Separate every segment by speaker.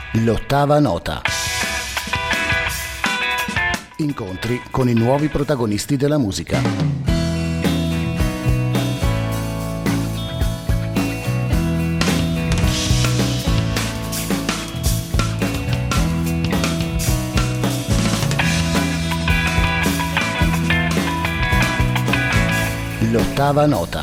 Speaker 1: L'ottava nota. Incontri con i nuovi protagonisti della musica. L'ottava nota.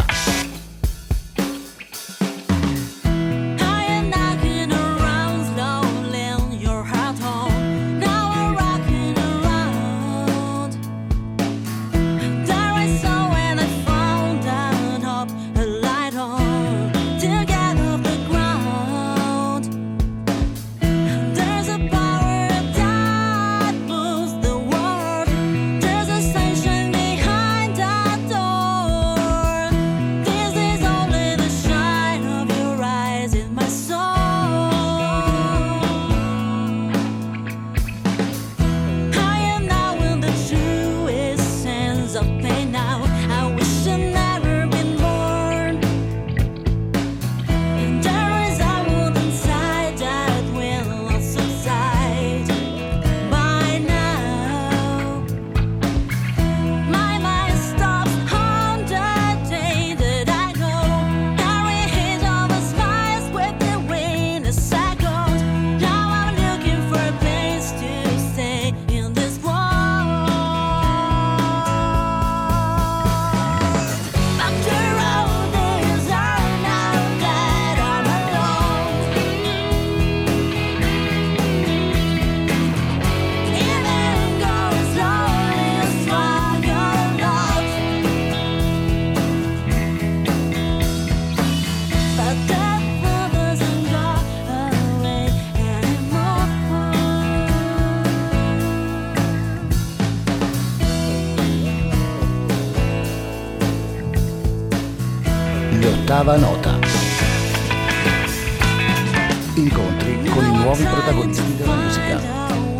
Speaker 1: L'ottava nota. Incontri con i nuovi protagonisti della musica.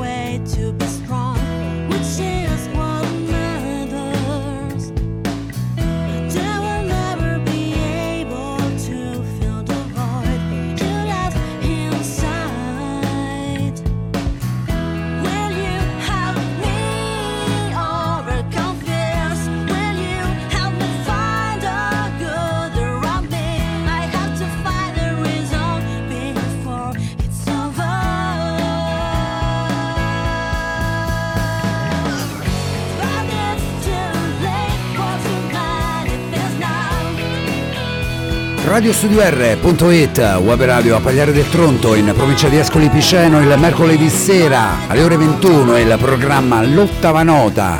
Speaker 2: Radiostudio.it, web radio a Pagliare del Tronto, in provincia di Ascoli Piceno, il mercoledì sera alle ore 21 il programma L'ottava nota.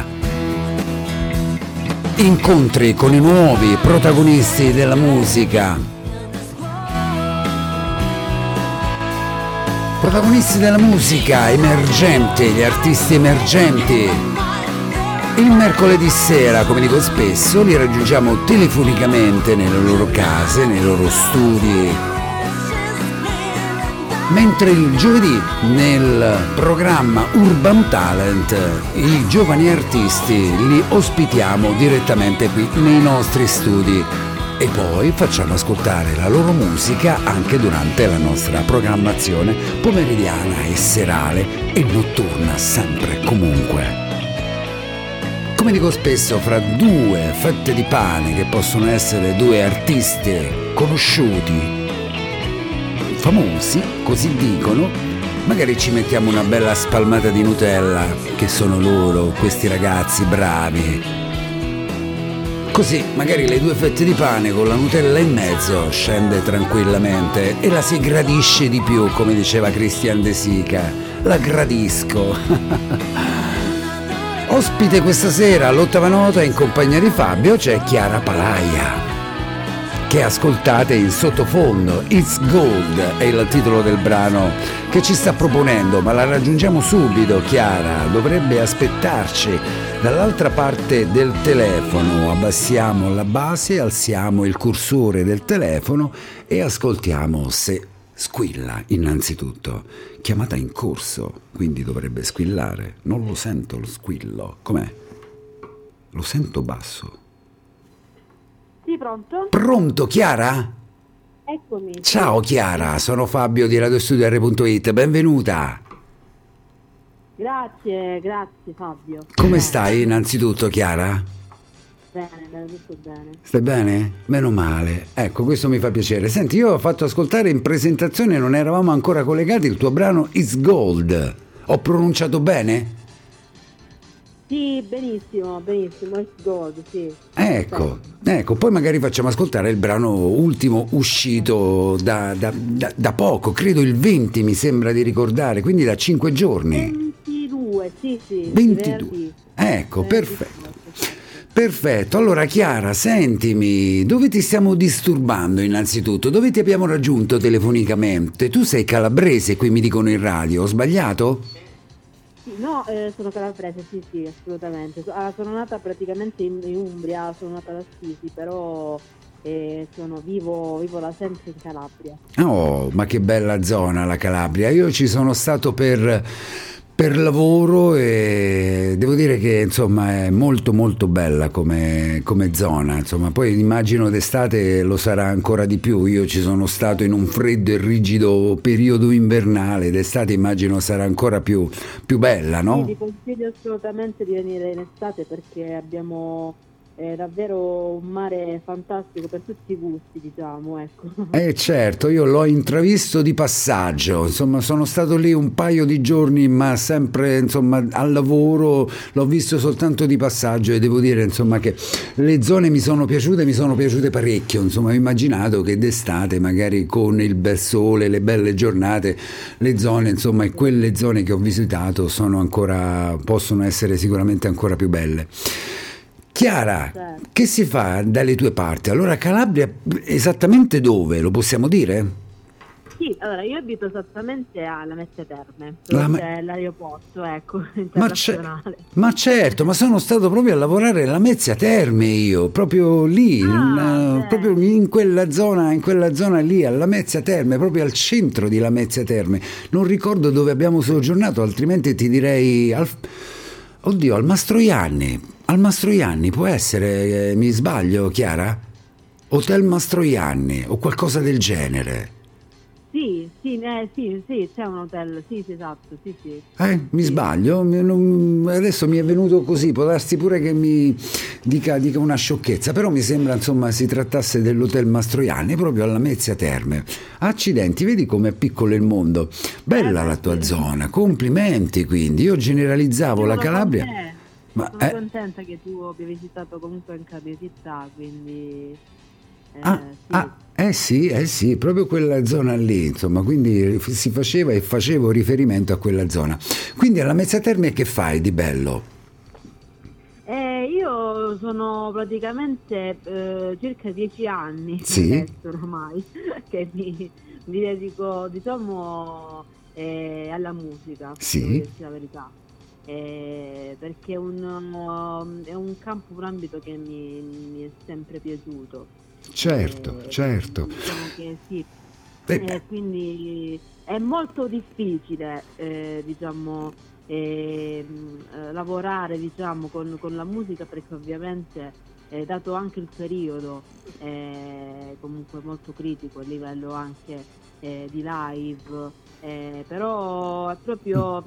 Speaker 2: Incontri con i nuovi protagonisti della musica. Protagonisti della musica emergenti, gli artisti emergenti. Il mercoledì sera, come dico spesso, li raggiungiamo telefonicamente nelle loro case, nei loro studi, mentre il giovedì nel programma Urban Talent i giovani artisti li ospitiamo direttamente qui nei nostri studi e poi facciamo ascoltare la loro musica anche durante la nostra programmazione pomeridiana e serale e notturna, sempre e comunque. Come dico spesso, fra due fette di pane che possono essere due artisti conosciuti, famosi, così dicono, magari ci mettiamo una bella spalmata di Nutella, che sono loro, questi ragazzi bravi. Così magari le due fette di pane con la Nutella in mezzo scende tranquillamente e la si gradisce di più, come diceva Christian De Sica. La gradisco. Ospite questa sera all'ottava nota in compagnia di Fabio c'è Chiara Palaia, che ascoltate in sottofondo. It's Gold è il titolo del brano che ci sta proponendo, ma la raggiungiamo subito. Chiara dovrebbe aspettarci dall'altra parte del telefono. Abbassiamo la base, alziamo il cursore del telefono e ascoltiamo se squilla. Innanzitutto chiamata in corso, quindi dovrebbe squillare. Non lo sento lo squillo. Com'è? Lo sento basso.
Speaker 3: Sì, pronto?
Speaker 2: Pronto, Chiara?
Speaker 3: Eccomi.
Speaker 2: Ciao Chiara, sono Fabio di radiostudio.it, benvenuta.
Speaker 3: Grazie Fabio.
Speaker 2: Come stai innanzitutto Chiara?
Speaker 3: Bene, tutto bene.
Speaker 2: Stai bene? Meno male. Ecco, questo mi fa piacere. Senti, io ho fatto ascoltare in presentazione, non eravamo ancora collegati, il tuo brano It's Gold. Ho pronunciato bene?
Speaker 3: Sì, benissimo, It's Gold, sì.
Speaker 2: Ecco, poi magari facciamo ascoltare il brano ultimo uscito da poco, credo il 20 mi sembra di ricordare, quindi da 5 giorni.
Speaker 3: 22, sì.
Speaker 2: 22. Ecco, perfetto. Perfetto, allora Chiara, sentimi, dove ti stiamo disturbando innanzitutto? Dove ti abbiamo raggiunto telefonicamente? Tu sei calabrese, qui mi dicono in radio, ho sbagliato?
Speaker 3: No, sono calabrese, sì, assolutamente. Sono nata praticamente in Umbria, sono nata ad Assisi, però vivo da sempre in Calabria.
Speaker 2: Oh, ma che bella zona la Calabria. Io ci sono stato per lavoro e devo dire che insomma è molto molto bella come zona, insomma, poi immagino d'estate lo sarà ancora di più. Io ci sono stato in un freddo e rigido periodo invernale, d'estate immagino sarà ancora più bella, no?
Speaker 3: Sì, ti consiglio assolutamente di venire in estate perché abbiamo davvero un mare fantastico per tutti i gusti, diciamo, ecco.
Speaker 2: Certo, io l'ho intravisto di passaggio, insomma sono stato lì un paio di giorni, ma sempre insomma al lavoro, l'ho visto soltanto di passaggio e devo dire insomma che le zone mi sono piaciute parecchio, insomma ho immaginato che d'estate magari con il bel sole, le belle giornate, le zone insomma e quelle zone che ho visitato possono essere sicuramente ancora più belle. Chiara,
Speaker 3: Certo.
Speaker 2: che si fa dalle tue parti? Allora Calabria esattamente dove? Lo possiamo dire?
Speaker 3: Sì, allora io abito esattamente a Lamezia Terme,
Speaker 2: La
Speaker 3: dove
Speaker 2: Me-
Speaker 3: c'è l'aeroporto, ecco, internazionale.
Speaker 2: Ma certo, ma sono stato proprio a lavorare a Lamezia Terme io, proprio lì, proprio in quella zona lì, a Lamezia Terme, proprio al centro di Lamezia Terme. Non ricordo dove abbiamo soggiornato, altrimenti ti direi al Mastroianni. Al Mastroianni può essere, mi sbaglio Chiara? Hotel Mastroianni o qualcosa del genere.
Speaker 3: Sì, c'è un hotel, sì, esatto, sì.
Speaker 2: Mi sbaglio? Adesso mi è venuto così, può darsi pure che mi dica una sciocchezza, però mi sembra insomma si trattasse dell'Hotel Mastroianni proprio alla Lamezia Terme. Accidenti, vedi com'è piccolo il mondo. Bella la tua zona, complimenti quindi. Io generalizzavo la Calabria.
Speaker 3: Sono contenta che tu abbia visitato comunque anche la mia città, quindi...
Speaker 2: Sì, proprio quella zona lì, insomma, quindi si faceva e facevo riferimento a quella zona. Quindi alla Lamezia Terme che fai di bello?
Speaker 3: Io sono praticamente circa 10 anni
Speaker 2: Sì.
Speaker 3: adesso ormai che mi dedico, diciamo, alla musica,
Speaker 2: Sì.
Speaker 3: devo dirti la verità. Perché è un campo, un ambito che mi è sempre piaciuto.
Speaker 2: Certo.
Speaker 3: Diciamo che sì.
Speaker 2: Beh,
Speaker 3: Quindi è molto difficile, diciamo, lavorare, diciamo, con la musica perché ovviamente, dato anche il periodo, è comunque molto critico a livello anche di live. Però è proprio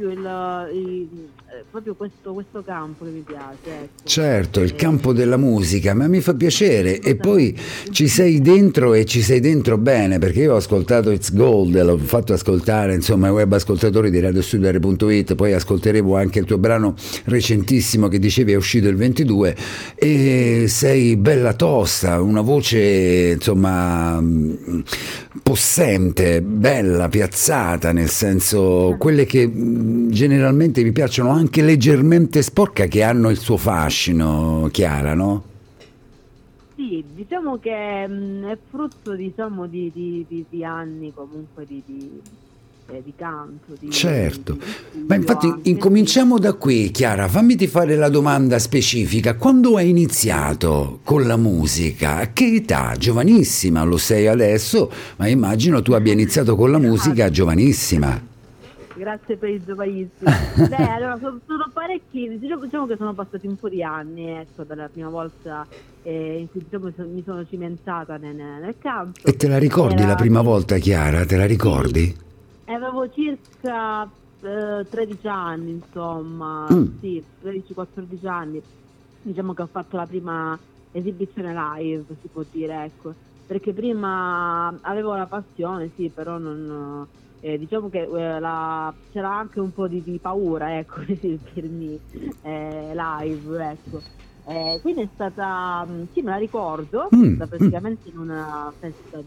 Speaker 3: questo campo che mi piace, ecco.
Speaker 2: certo, il campo della musica, ma mi fa piacere e poi ci sei dentro e ci sei dentro bene, perché io ho ascoltato It's Gold, l'ho fatto ascoltare insomma ai web ascoltatori di radiostudio.it, poi ascolteremo anche il tuo brano recentissimo che dicevi è uscito il 22 e sei bella tosta, una voce insomma possente, bella, piazzata, nel senso quelle che generalmente mi piacciono anche leggermente sporca, che hanno il suo fascino, Chiara, no?
Speaker 3: Sì, diciamo che è frutto, diciamo, di anni comunque di canto.
Speaker 2: Certo,
Speaker 3: di
Speaker 2: ma infatti
Speaker 3: anche.
Speaker 2: incominciamo da qui, Chiara, fammi fare la domanda specifica. Quando hai iniziato con la musica? A che età? Giovanissima, lo sei adesso, ma immagino tu abbia iniziato con la musica giovanissima.
Speaker 3: Grazie per i giovanissimi. Beh, allora sono parecchi, diciamo che sono passati un po' di anni, ecco, dalla prima volta in cui diciamo, mi sono cimentata nel canto.
Speaker 2: E te la ricordi la prima volta, Chiara? Te la ricordi?
Speaker 3: Sì, avevo circa 13 anni, insomma, sì, 13-14 anni. Diciamo che ho fatto la prima esibizione live, si può dire, ecco, perché prima avevo la passione, sì, però non... diciamo che c'era anche un po' di paura, ecco, di esibirmi live, ecco. Quindi è stata, sì, me la ricordo, praticamente in una festa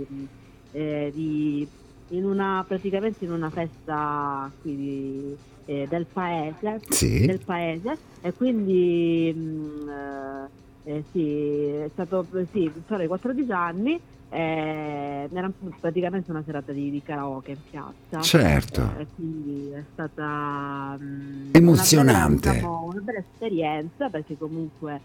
Speaker 3: praticamente in una festa qui del paese,
Speaker 2: Sì.
Speaker 3: E quindi sì, è stato sì, i 14 anni. Era praticamente una serata di karaoke in piazza.
Speaker 2: Certo.
Speaker 3: E quindi è stata
Speaker 2: emozionante.
Speaker 3: una bella esperienza, perché comunque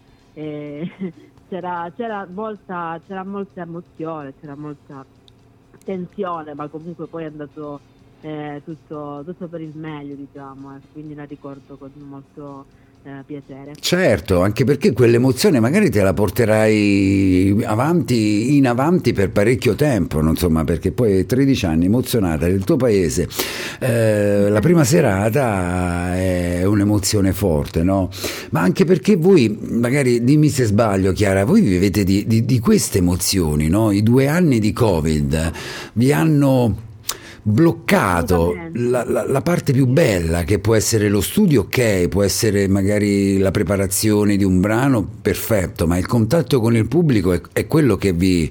Speaker 3: c'era molta emozione, c'era molta tensione, ma comunque poi è andato tutto per il meglio, diciamo, quindi la ricordo con molto piacere.
Speaker 2: Certo, anche perché quell'emozione magari te la porterai in avanti per parecchio tempo, no? Insomma, perché poi 13 anni emozionata del tuo paese, la prima serata è un'emozione forte, no? Ma anche perché voi, magari dimmi se sbaglio, Chiara, voi vivete di queste emozioni, no? I 2 anni di Covid vi hanno bloccato la parte più bella, che può essere lo studio, ok, può essere magari la preparazione di un brano, perfetto, ma il contatto con il pubblico è quello che vi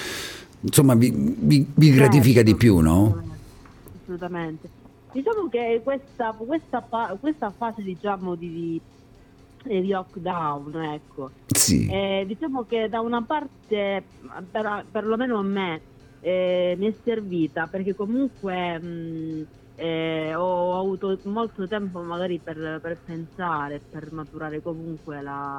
Speaker 2: gratifica di più, no?
Speaker 3: Assolutamente. Diciamo che questa fase, diciamo, di lockdown, ecco,
Speaker 2: Sì.
Speaker 3: diciamo che da una parte, perlomeno a me, mi è servita, perché comunque ho avuto molto tempo magari per pensare, per maturare comunque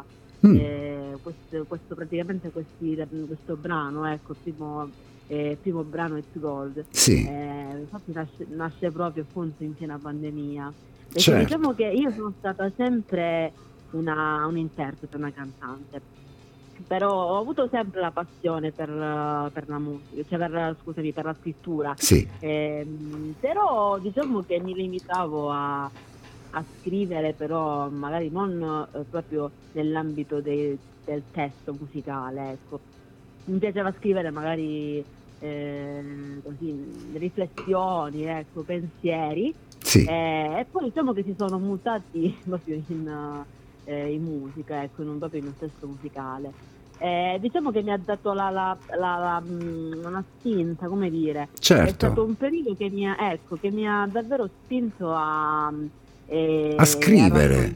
Speaker 3: questo brano, ecco, primo brano It's Gold.
Speaker 2: Sì.
Speaker 3: Infatti nasce proprio appunto in piena pandemia, perché
Speaker 2: Certo.
Speaker 3: diciamo che io sono stata sempre un'interprete, una cantante, però ho avuto sempre la passione per la musica, cioè per la scrittura.
Speaker 2: Sì.
Speaker 3: Però diciamo che mi limitavo a scrivere, però magari non proprio nell'ambito del testo musicale, ecco. Mi piaceva scrivere magari così, riflessioni, ecco, pensieri.
Speaker 2: Sì.
Speaker 3: E poi diciamo che si sono mutati proprio in musica, ecco, non proprio in un testo musicale. Diciamo che mi ha dato una spinta, come dire.
Speaker 2: Certo.
Speaker 3: È stato un periodo che mi ha davvero spinto a
Speaker 2: scrivere,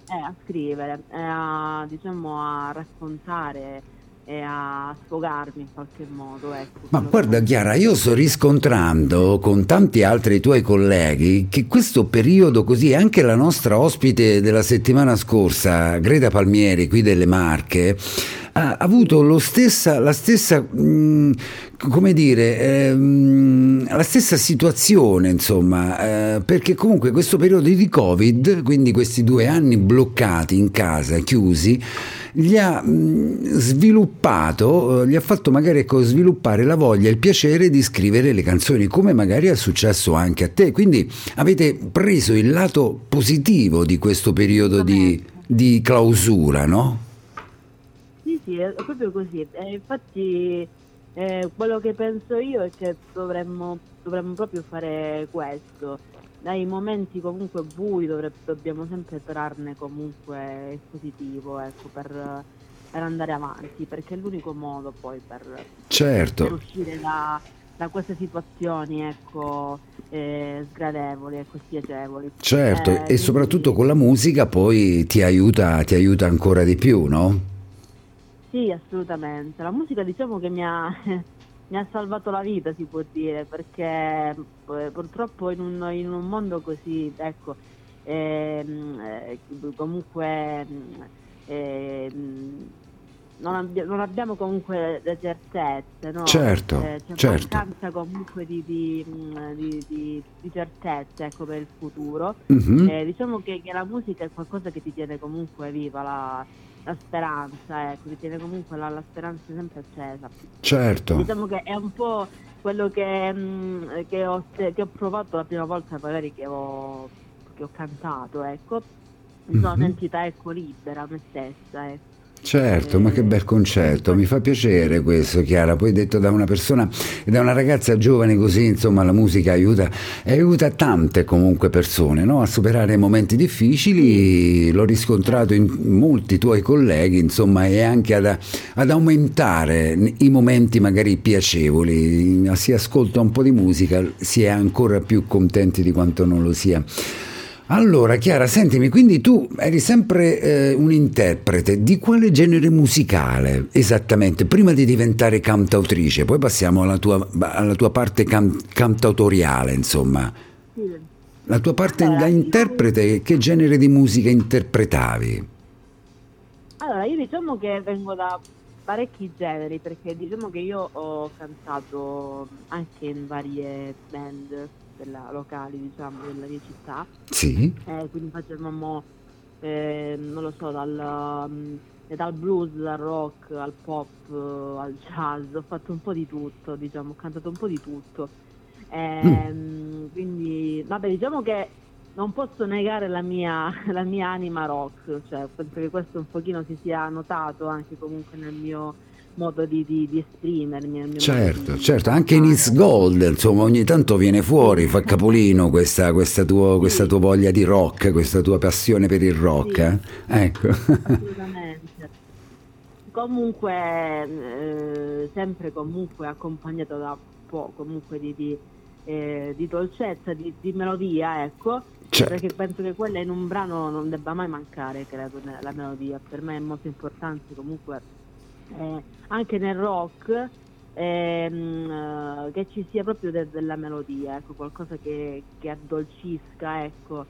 Speaker 3: diciamo, a raccontare e a sfogarmi in qualche modo, ecco.
Speaker 2: Ma guarda Chiara, io sto riscontrando con tanti altri tuoi colleghi che questo periodo così, anche la nostra ospite della settimana scorsa, Greta Palmieri, qui delle Marche, ha avuto la stessa come dire, la stessa situazione, insomma, perché comunque questo periodo di Covid, quindi questi 2 anni bloccati in casa, chiusi, gli ha sviluppato, gli ha fatto magari sviluppare la voglia e il piacere di scrivere le canzoni, come magari è successo anche a te. Quindi avete preso il lato positivo di questo periodo di clausura, no?
Speaker 3: Sì, è proprio così. Infatti quello che penso io è che dovremmo proprio fare questo. Dai momenti comunque bui dobbiamo sempre trarne comunque il positivo, ecco, per andare avanti, perché è l'unico modo poi
Speaker 2: Certo.
Speaker 3: per uscire da queste situazioni, ecco, sgradevoli, ecco, spiacevoli.
Speaker 2: Certo, e soprattutto con la musica poi ti aiuta ancora di più, no?
Speaker 3: Sì, assolutamente. La musica, diciamo che mi ha salvato la vita, si può dire, perché purtroppo in un mondo così, ecco, comunque non abbiamo comunque le certezze, no?
Speaker 2: Certo,
Speaker 3: C'è
Speaker 2: certo.
Speaker 3: mancanza comunque di certezze, ecco, per il futuro.
Speaker 2: Mhm.
Speaker 3: Diciamo che la musica è qualcosa che ti tiene comunque viva la speranza, ecco, ti tiene comunque la speranza sempre accesa.
Speaker 2: Certo.
Speaker 3: Diciamo che è un po' quello che ho provato la prima volta magari che ho cantato, ecco. Mi sono
Speaker 2: Mhm.
Speaker 3: sentita, ecco, libera me stessa, ecco.
Speaker 2: Certo, ma che bel concetto, mi fa piacere questo, Chiara. Poi detto da una persona, da una ragazza giovane così, insomma, la musica aiuta e aiuta tante comunque persone, no? A superare momenti difficili, l'ho riscontrato in molti tuoi colleghi, insomma, e anche ad aumentare i momenti magari piacevoli. Si ascolta un po' di musica, si è ancora più contenti di quanto non lo sia. Allora, Chiara, sentimi, quindi tu eri sempre un interprete di quale genere musicale esattamente? Prima di diventare cantautrice, poi passiamo alla tua parte cantautoriale, insomma.
Speaker 3: Sì.
Speaker 2: La tua parte da
Speaker 3: Allora,
Speaker 2: interprete, che genere di musica interpretavi?
Speaker 3: io diciamo che vengo da parecchi generi, perché diciamo che io ho cantato anche in varie band locali, diciamo, della mia città.
Speaker 2: Sì?
Speaker 3: Quindi facevamo, non lo so, dal blues, al rock, al pop, al jazz, ho fatto un po' di tutto, diciamo, ho cantato un po' di tutto. Quindi, vabbè, diciamo che non posso negare la mia anima rock, cioè penso che questo un pochino si sia notato anche comunque nel mio modo di esprimermi, nel mio
Speaker 2: Certo,
Speaker 3: modo di
Speaker 2: certo, anche in It's
Speaker 3: cantare.
Speaker 2: Gold, insomma, ogni tanto viene fuori, fa capolino questa tua
Speaker 3: Sì,
Speaker 2: voglia di rock, questa tua passione per il rock,
Speaker 3: sì,
Speaker 2: eh? Ecco.
Speaker 3: assolutamente. Comunque, sempre comunque accompagnato da un po' comunque di dolcezza, di melodia, ecco, perché
Speaker 2: Certo.
Speaker 3: penso che quella in un brano non debba mai mancare, credo, la melodia. Per me è molto importante comunque anche nel rock che ci sia proprio della melodia, ecco, qualcosa che addolcisca, ecco.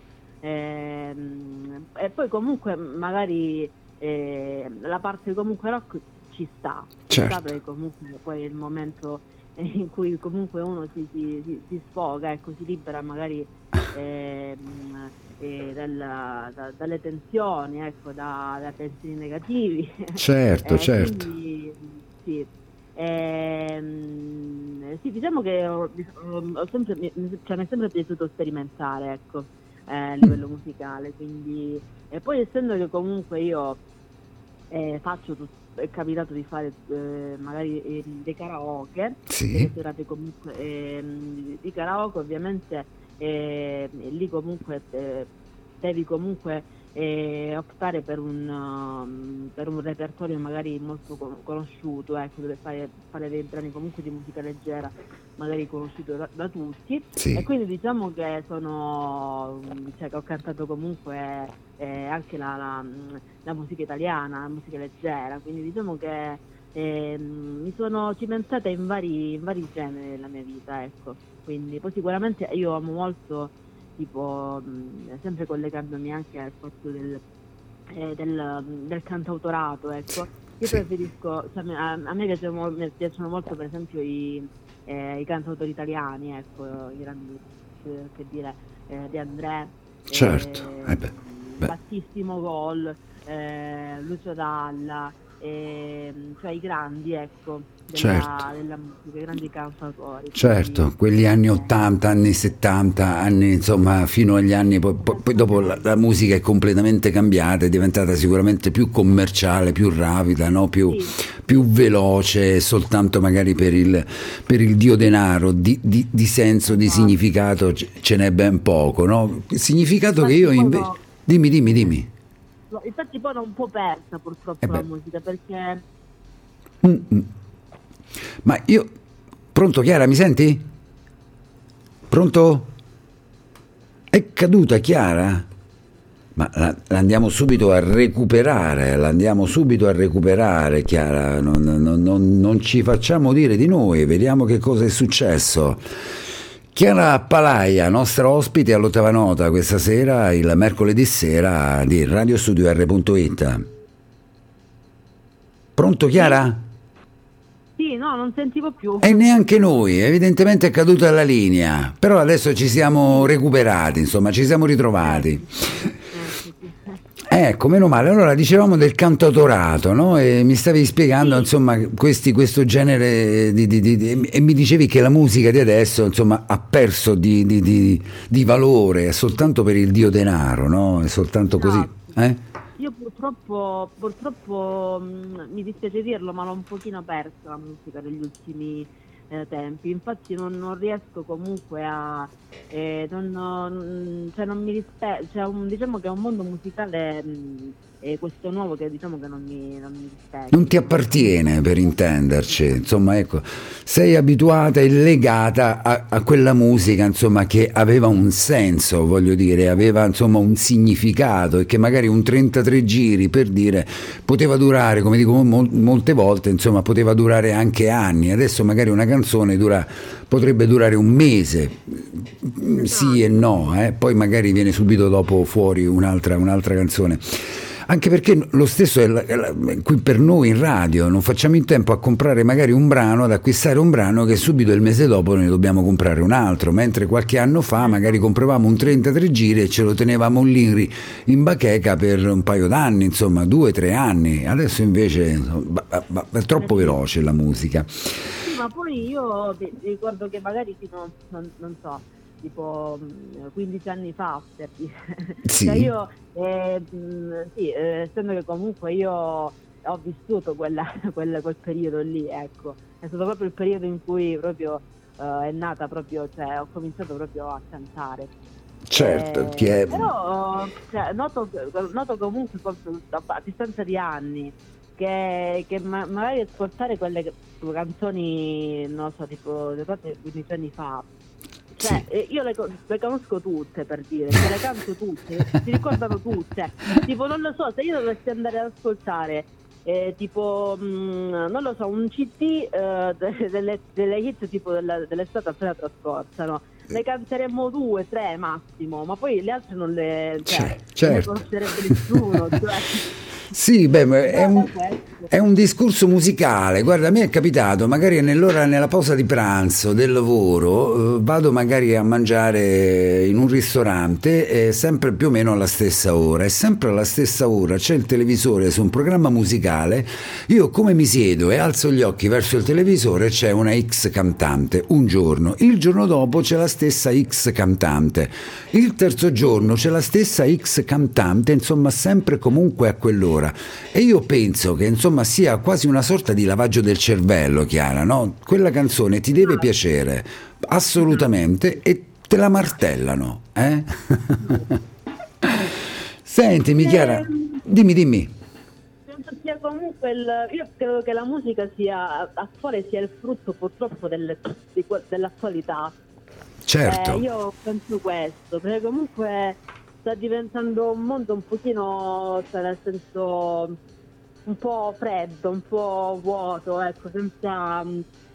Speaker 3: E poi comunque magari la parte comunque rock ci sta
Speaker 2: Certo,
Speaker 3: perché comunque poi è il momento in cui comunque uno si sfoga, ecco, si libera magari dalle tensioni, ecco, da pensieri negativi.
Speaker 2: certo, certo.
Speaker 3: Quindi sì. Sì, diciamo che ho sempre, cioè, mi è sempre piaciuto sperimentare, ecco, a livello musicale, quindi e poi essendo che comunque io è capitato di fare magari dei karaoke, delle
Speaker 2: Sì,
Speaker 3: serate comunque di karaoke, ovviamente lì comunque devi comunque optare per un repertorio magari molto conosciuto, ecco, dove fare dei brani comunque di musica leggera, magari conosciuto da tutti, e
Speaker 2: sì,
Speaker 3: quindi diciamo che cioè, che ho cantato comunque anche la musica italiana, la musica leggera, quindi diciamo che mi sono cimentata in vari generi della mia vita, ecco. Quindi poi sicuramente io amo molto, tipo, sempre collegandomi anche al fatto del cantautorato, ecco. Io
Speaker 2: sì,
Speaker 3: preferisco, cioè, a me piacciono molto per esempio i cantautori italiani, ecco, i grandi, che dire, De André,
Speaker 2: certo.
Speaker 3: eh,
Speaker 2: Beh, beh,
Speaker 3: Battissimo Gol, Lucio Dalla, cioè i grandi, ecco,
Speaker 2: certo.
Speaker 3: della musica, i grandi cantautori. Quindi,
Speaker 2: Certo, quegli anni 80, anni 70, anni insomma fino agli anni, poi dopo la musica è completamente cambiata, è diventata sicuramente più commerciale, più rapida, no?
Speaker 3: sì,
Speaker 2: Più veloce, soltanto magari per il dio denaro, di senso, di
Speaker 3: esatto.
Speaker 2: significato ce n'è ben poco, no? Il significato che io
Speaker 3: Infatti poi
Speaker 2: invece... Dimmi, dimmi, dimmi.
Speaker 3: infatti poi l'ho un po' persa
Speaker 2: Eh
Speaker 3: purtroppo la
Speaker 2: beh.
Speaker 3: musica, perché
Speaker 2: Ma io... Pronto Chiara, mi senti? Pronto? È caduta Chiara? Ma la andiamo subito a recuperare, Chiara, non ci facciamo dire di noi, vediamo che cosa è successo. Chiara Palaia, nostra ospite all'ottava nota questa sera, il mercoledì sera di radiostudio.r.it. Pronto, Chiara?
Speaker 3: Sì, no, non sentivo più.
Speaker 2: E neanche noi, evidentemente è caduta la linea, però adesso ci siamo recuperati, insomma, ci siamo ritrovati. Ecco, meno male. Allora, dicevamo del cantautorato, no? E mi stavi spiegando, insomma, questo genere e mi dicevi che la musica di adesso, insomma, ha perso di valore, è soltanto per il dio denaro, no? È soltanto così, eh?
Speaker 3: Io purtroppo mi dispiace dirlo, ma l'ho un pochino persa la musica negli ultimi tempi. Infatti non riesco comunque a cioè non mi diciamo che è un mondo musicale questo nuovo che diciamo che non mi rispecchia.
Speaker 2: Non ti appartiene, per intenderci, insomma, ecco, sei abituata e legata a quella musica, insomma, che aveva un senso, voglio dire, aveva insomma un significato, e che magari un 33 giri, per dire, poteva durare, come dico molte volte, insomma, poteva durare anche anni. Adesso magari una canzone potrebbe durare un mese, sì e no, poi magari viene subito dopo fuori un'altra canzone. Anche perché lo stesso è qui per noi in radio, non facciamo in tempo a comprare magari un brano, ad acquistare un brano che subito il mese dopo ne dobbiamo comprare un altro, mentre qualche anno fa magari compravamo un 33 giri e ce lo tenevamo lì in bacheca per un paio d'anni, insomma 2-3 anni. Adesso invece è troppo veloce la musica.
Speaker 3: Sì, ma poi io ricordo che magari fino, non so, tipo 15 anni fa, per dire.
Speaker 2: Sì.
Speaker 3: Cioè io essendo che comunque io ho vissuto quel periodo lì, ecco, è stato proprio il periodo in cui proprio è nata proprio, cioè ho cominciato proprio a cantare.
Speaker 2: Certo,
Speaker 3: però noto comunque a distanza di anni che magari ascoltare quelle canzoni, non so, tipo 15 anni fa, cioè, sì. Io le conosco tutte, per dire, se le canto tutte, si ricordano tutte. Tipo, non lo so, se io dovessi andare ad ascoltare tipo, non lo so, un CD delle hit tipo dell'estate appena trascorsa, no? Ne canteremmo 2, 3 massimo, ma poi le altre non le conoscerebbe nessuno, cioè.
Speaker 2: Sì, è un discorso musicale. Guarda, a me è capitato, magari nella pausa di pranzo del lavoro, vado magari a mangiare in un ristorante, sempre più o meno alla stessa ora, e sempre alla stessa ora c'è il televisore su un programma musicale. Io come mi siedo e alzo gli occhi verso il televisore, c'è una X cantante un giorno, il giorno dopo c'è la stessa X cantante, il terzo giorno c'è la stessa X cantante, insomma sempre comunque a quell'ora. E io penso che insomma sia quasi una sorta di lavaggio del cervello, Chiara, no? Quella canzone ti deve piacere assolutamente e te la martellano, eh? Sentimi, Chiara, dimmi.
Speaker 3: Penso sia comunque io credo che la musica attuale sia il frutto purtroppo dell'attualità.
Speaker 2: Certo.
Speaker 3: Io penso questo, perché comunque sta diventando un mondo un pochino, cioè nel senso un po' freddo, un po' vuoto, ecco, senza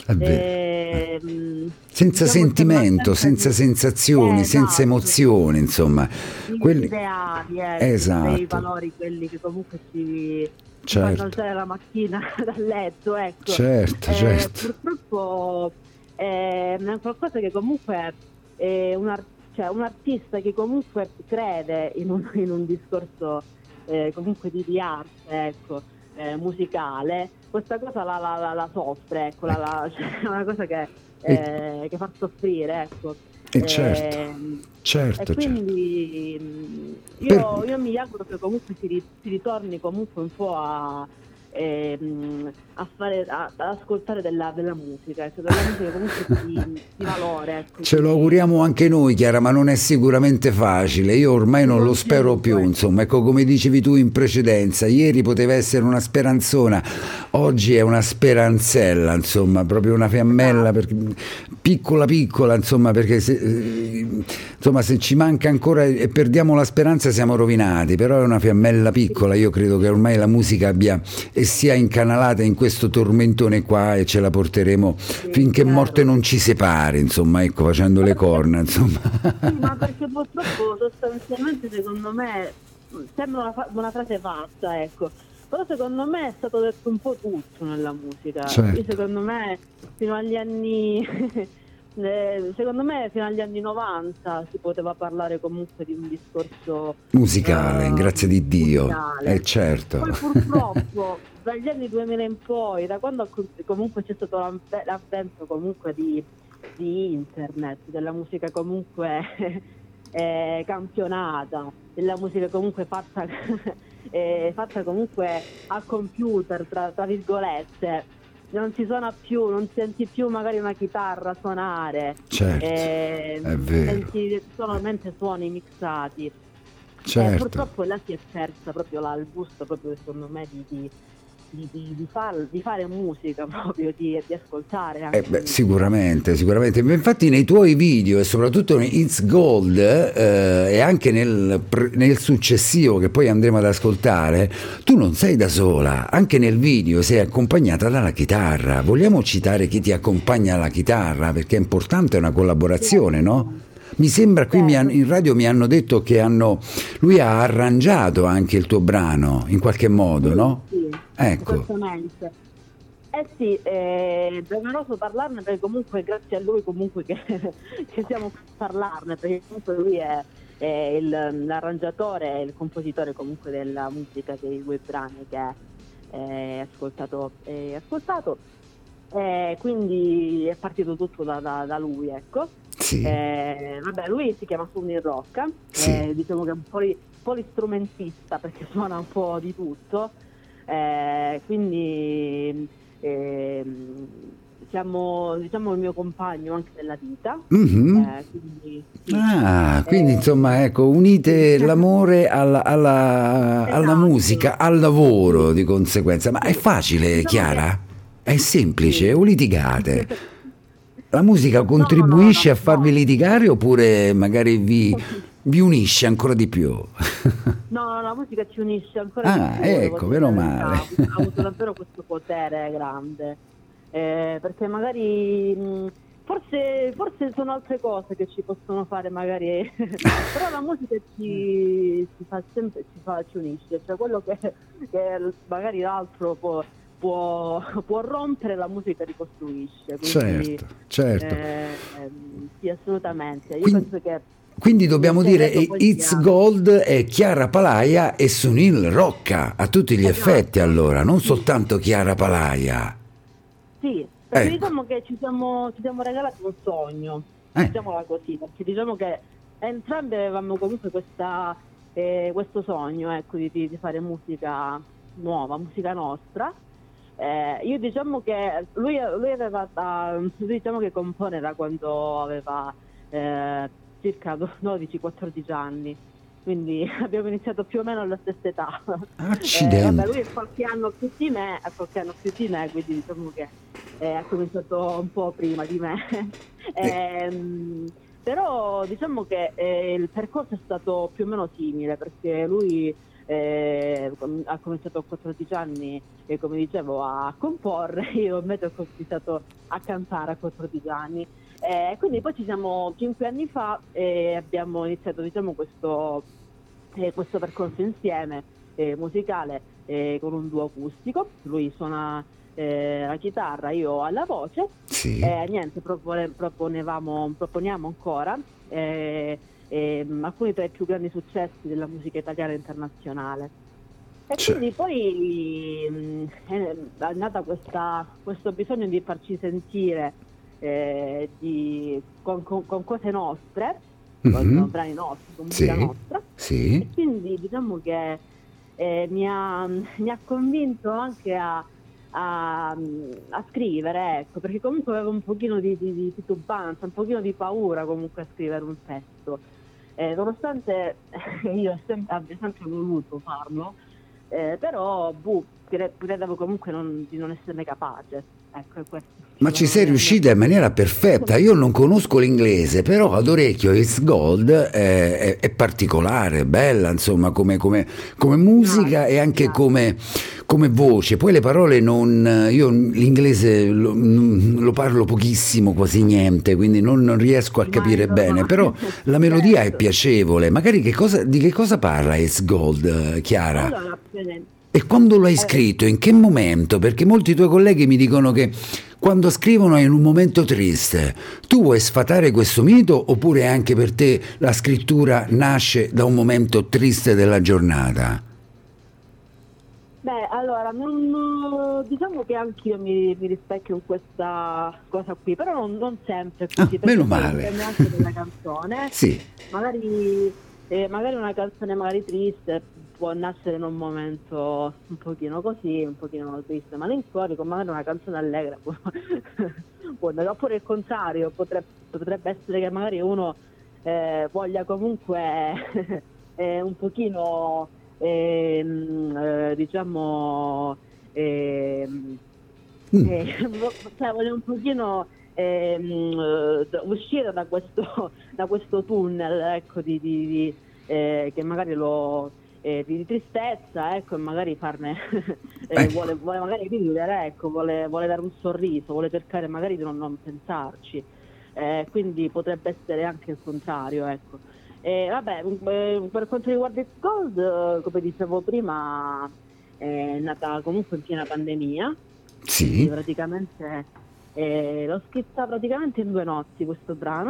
Speaker 2: sentimento, senza sensazioni, senza emozioni, insomma.
Speaker 3: Quelli ideali,
Speaker 2: esatto.
Speaker 3: Dei valori, quelli che comunque ci
Speaker 2: certo.
Speaker 3: fanno alzare la mattina dal letto, ecco.
Speaker 2: Certo.
Speaker 3: Purtroppo è qualcosa che comunque è un artista che comunque crede in un discorso comunque di arte, ecco, musicale, questa cosa la soffre, ecco, cioè, è una cosa che fa soffrire, ecco.
Speaker 2: Certo.
Speaker 3: E quindi io mi auguro che comunque si ritorni comunque un po' ad ascoltare della musica, cioè della musica comunque di valore, ecco.
Speaker 2: Ce lo auguriamo anche noi, Chiara, ma non è sicuramente facile. Io ormai non lo spero più, insomma, ecco, come dicevi tu in precedenza, ieri poteva essere una speranzona, oggi è una speranzella, insomma, proprio una fiammella piccola, insomma, perché se ci manca ancora e perdiamo la speranza siamo rovinati, però è una fiammella piccola. Io credo che ormai la musica sia incanalata in questo tormentone qua e ce la porteremo finché morte non ci separi, insomma, ecco, facendo le corna, insomma.
Speaker 3: Sì, ma perché purtroppo sostanzialmente secondo me sembra una frase fatta, ecco, Però secondo me è stato detto un po' tutto nella musica.
Speaker 2: Certo.
Speaker 3: Secondo me fino agli anni secondo me fino agli anni 90 si poteva parlare comunque di un discorso
Speaker 2: musicale, grazie di Dio.
Speaker 3: musicale.
Speaker 2: Certo.
Speaker 3: Poi purtroppo dagli anni 2000 in poi, da quando comunque c'è stato l'avvento comunque di internet, della musica comunque campionata, della musica comunque fatta comunque a computer, tra virgolette, non si suona più, non senti più magari una chitarra suonare,
Speaker 2: Certo, è vero.
Speaker 3: senti solamente suoni mixati.
Speaker 2: Certo.
Speaker 3: Purtroppo là si è persa proprio il gusto proprio secondo me di fare musica proprio, di ascoltare anche
Speaker 2: sicuramente. Infatti nei tuoi video e soprattutto in It's Gold e anche nel successivo che poi andremo ad ascoltare, tu non sei da sola, anche nel video sei accompagnata dalla chitarra. Vogliamo citare chi ti accompagna alla chitarra, perché è importante una collaborazione, no? Mi sembra qui in radio mi hanno detto che lui ha arrangiato anche il tuo brano in qualche modo, no?
Speaker 3: Sì,
Speaker 2: ecco.
Speaker 3: esattamente. Sì, è doloroso parlarne perché comunque grazie a lui comunque che siamo qui a parlarne, perché comunque lui è l'arrangiatore e il compositore comunque della musica dei due brani che è ascoltato. Quindi è partito tutto da lui, ecco.
Speaker 2: Sì.
Speaker 3: Lui si chiama Sunil Rocca,
Speaker 2: sì.
Speaker 3: diciamo che è un polistrumentista perché suona un po' di tutto, quindi diciamo il mio compagno anche della vita.
Speaker 2: Mm-hmm.
Speaker 3: Quindi,
Speaker 2: quindi insomma ecco, unite l'amore alla musica, al lavoro di conseguenza. Ma è facile, Chiara? È semplice, o litigate? La musica contribuisce a farvi litigare oppure magari vi unisce ancora di più?
Speaker 3: No, la musica ci unisce ancora di più.
Speaker 2: Ecco, meno male.
Speaker 3: Ha avuto davvero questo potere grande, perché magari forse sono altre cose che ci possono fare magari, però la musica ci fa sempre, ci unisce, cioè quello che magari l'altro può rompere, la musica ricostruisce. Quindi,
Speaker 2: certo.
Speaker 3: Sì, assolutamente. Io penso che
Speaker 2: quindi dobbiamo dire It's Gold è Chiara Palaia e Sunil Rocca a tutti gli effetti, allora, non soltanto Chiara Palaia.
Speaker 3: Sì, perché diciamo che ci siamo regalati un sogno, diciamola così, perché diciamo che entrambi avevamo comunque questo sogno, ecco, di fare musica nuova, musica nostra. Io diciamo che lui diciamo che compone da quando aveva circa 12-14 anni, quindi abbiamo iniziato più o meno alla stessa età.
Speaker 2: Accidenti.
Speaker 3: Lui è qualche anno più di me, quindi diciamo che ha cominciato un po' prima di me. Però diciamo che il percorso è stato più o meno simile, perché lui ha cominciato a 14 anni, come dicevo, a comporre. Io invece ho cominciato a cantare a 14 anni. Quindi poi ci siamo 5 anni fa e abbiamo iniziato, diciamo, questo percorso insieme musicale con un duo acustico. Lui suona la chitarra, io alla voce.
Speaker 2: Sì.
Speaker 3: Niente, proponiamo ancora alcuni tra i più grandi successi della musica italiana e internazionale. E quindi poi è nata questo bisogno di farci sentire con cose nostre, con brani nostri, con musica nostra.
Speaker 2: Sì.
Speaker 3: E quindi diciamo che mi ha convinto anche a scrivere, ecco, perché comunque avevo un pochino di titubanza, un pochino di paura comunque a scrivere un testo, nonostante io abbia sempre voluto farlo, però credevo comunque di non esserne capace, ecco, è questo.
Speaker 2: Ma ci sei riuscita in maniera perfetta. Io non conosco l'inglese, però ad orecchio It's Gold è particolare, bella, insomma, come musica e anche come voce. Poi le parole io l'inglese lo parlo pochissimo, quasi niente, quindi non riesco a capire bene, però la melodia è piacevole. Magari di che cosa parla It's Gold, Chiara?
Speaker 3: Allora,
Speaker 2: E quando lo hai scritto, in che momento? Perché molti tuoi colleghi mi dicono che quando scrivono è in un momento triste. Tu vuoi sfatare questo mito oppure anche per te la scrittura nasce da un momento triste della giornata?
Speaker 3: Beh, allora, diciamo che anch'io mi rispecchio in questa cosa qui, però non sempre così, perché
Speaker 2: meno
Speaker 3: poi
Speaker 2: male.
Speaker 3: dipende anche dalla canzone.
Speaker 2: Sì.
Speaker 3: Magari una canzone magari triste può nascere in un momento un pochino così, un pochino triste, malinconico, magari una canzone allegra oppure il contrario, potrebbe essere che magari uno voglia comunque un pochino diciamo cioè vuole un pochino uscire da questo tunnel, ecco, che magari di tristezza, ecco, e magari farne vuole magari ridere, ecco, vuole dare un sorriso, vuole cercare magari di non pensarci, quindi potrebbe essere anche il contrario, ecco. Per quanto riguarda It's Gold, come dicevo prima, è nata comunque in piena pandemia.
Speaker 2: Sì.
Speaker 3: Praticamente l'ho scritta praticamente in 2 notti questo brano.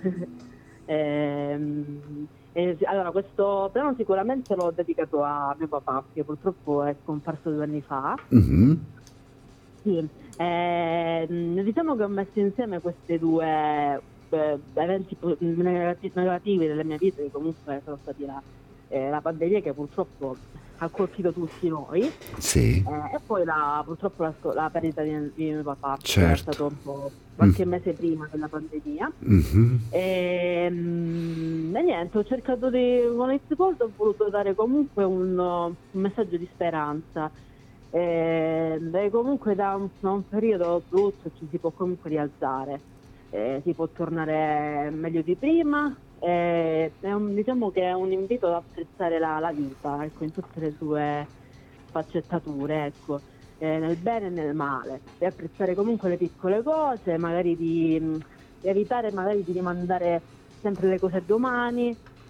Speaker 3: Allora, questo brano sicuramente l'ho dedicato a mio papà, che purtroppo è scomparso 2 anni fa.
Speaker 2: Mm-hmm.
Speaker 3: Sì. Diciamo che ho messo insieme questi 2 eventi negativi della mia vita, che comunque sono stati la pandemia, che purtroppo ha colpito tutti noi,
Speaker 2: sì.
Speaker 3: E poi purtroppo la perdita di mio papà,
Speaker 2: certo.
Speaker 3: Che è stato un po' qualche mese prima della pandemia.
Speaker 2: Mm-hmm.
Speaker 3: E niente, ho cercato con It's Gold ho voluto dare comunque un messaggio di speranza. Comunque da un periodo brutto ci si può comunque rialzare. Si può tornare meglio di prima, diciamo che è un invito ad apprezzare la vita, ecco, in tutte le sue sfaccettature, ecco, nel bene e nel male, e apprezzare comunque le piccole cose, magari di evitare magari di rimandare sempre le cose a domani,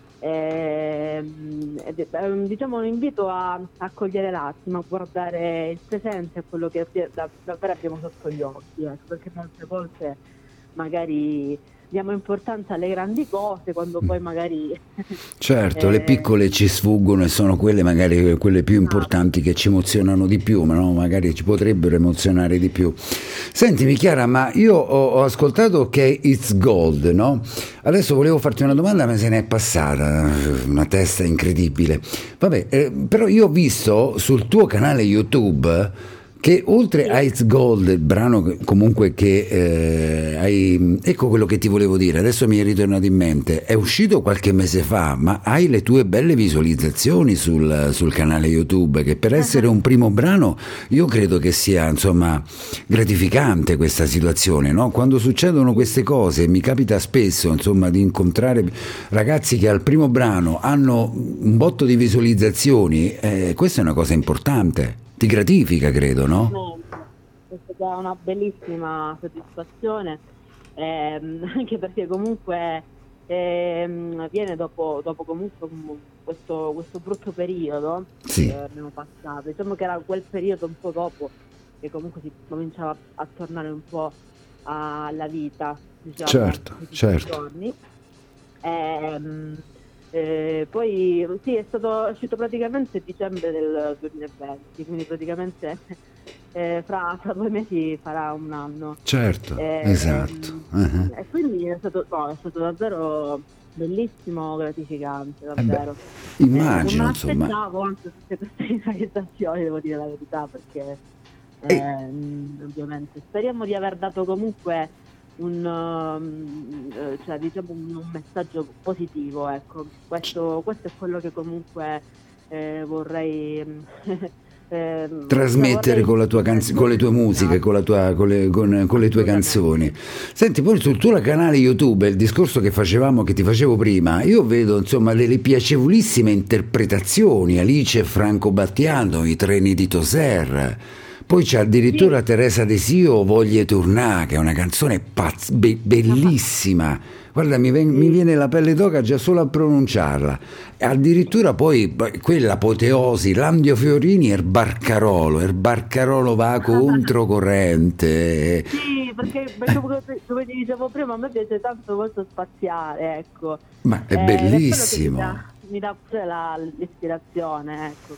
Speaker 3: diciamo un invito a cogliere l'attimo, a guardare il presente e quello che davvero abbiamo sotto gli occhi, ecco, perché molte volte magari diamo importanza alle grandi cose quando poi magari
Speaker 2: certo le piccole ci sfuggono e sono quelle magari quelle più importanti che ci emozionano di più, ma no, magari ci potrebbero emozionare di più. Sentimi Chiara, ma io ho ascoltato che It's Gold, no? Adesso volevo farti una domanda, ma se ne è passata una testa incredibile. Vabbè, però io ho visto sul tuo canale YouTube che oltre a It's Gold, il brano comunque che hai, ecco quello che ti volevo dire, adesso mi è ritornato in mente, è uscito qualche mese fa, ma hai le tue belle visualizzazioni sul canale YouTube, che per essere un primo brano io credo che sia, insomma, gratificante questa situazione, no? Quando succedono queste cose mi capita spesso, insomma, di incontrare ragazzi che al primo brano hanno un botto di visualizzazioni, questa è una cosa importante. Ti gratifica, credo, no?
Speaker 3: È stata una bellissima soddisfazione, anche perché comunque viene dopo comunque questo brutto periodo
Speaker 2: sì.
Speaker 3: che abbiamo passato. Diciamo che era quel periodo un po' dopo che comunque si cominciava a tornare un po' alla vita, diciamo,
Speaker 2: certo.
Speaker 3: Giorni. Poi sì, è uscito praticamente dicembre del 2020, quindi praticamente fra 2 mesi farà un anno.
Speaker 2: Certo, esatto.
Speaker 3: E quindi è stato davvero bellissimo, gratificante, davvero.
Speaker 2: Immagino,
Speaker 3: non
Speaker 2: insomma.
Speaker 3: aspettavo anche tutte queste realizzazioni, devo dire la verità, perché ovviamente speriamo di aver dato comunque diciamo un messaggio positivo, ecco. Questo è quello che comunque vorrei
Speaker 2: trasmettere con la tua con le tue musiche, con le tue canzoni. Senti, poi sul tuo canale YouTube, il discorso che ti facevo prima, io vedo insomma delle piacevolissime interpretazioni, Alice e Franco Battiano, I treni di Toser. Poi c'è addirittura Teresa Desio, Voglie Tournà, che è una canzone bellissima. Guarda, mi viene la pelle d'oca già solo a pronunciarla. E addirittura poi quell'apoteosi, Landio Fiorini e il Barcarolo va controcorrente.
Speaker 3: Sì, perché come ti dicevo prima, a me piace tanto molto spaziare, ecco.
Speaker 2: Ma è
Speaker 3: Ed è quello che
Speaker 2: bellissimo.
Speaker 3: mi dà pure l'ispirazione, ecco,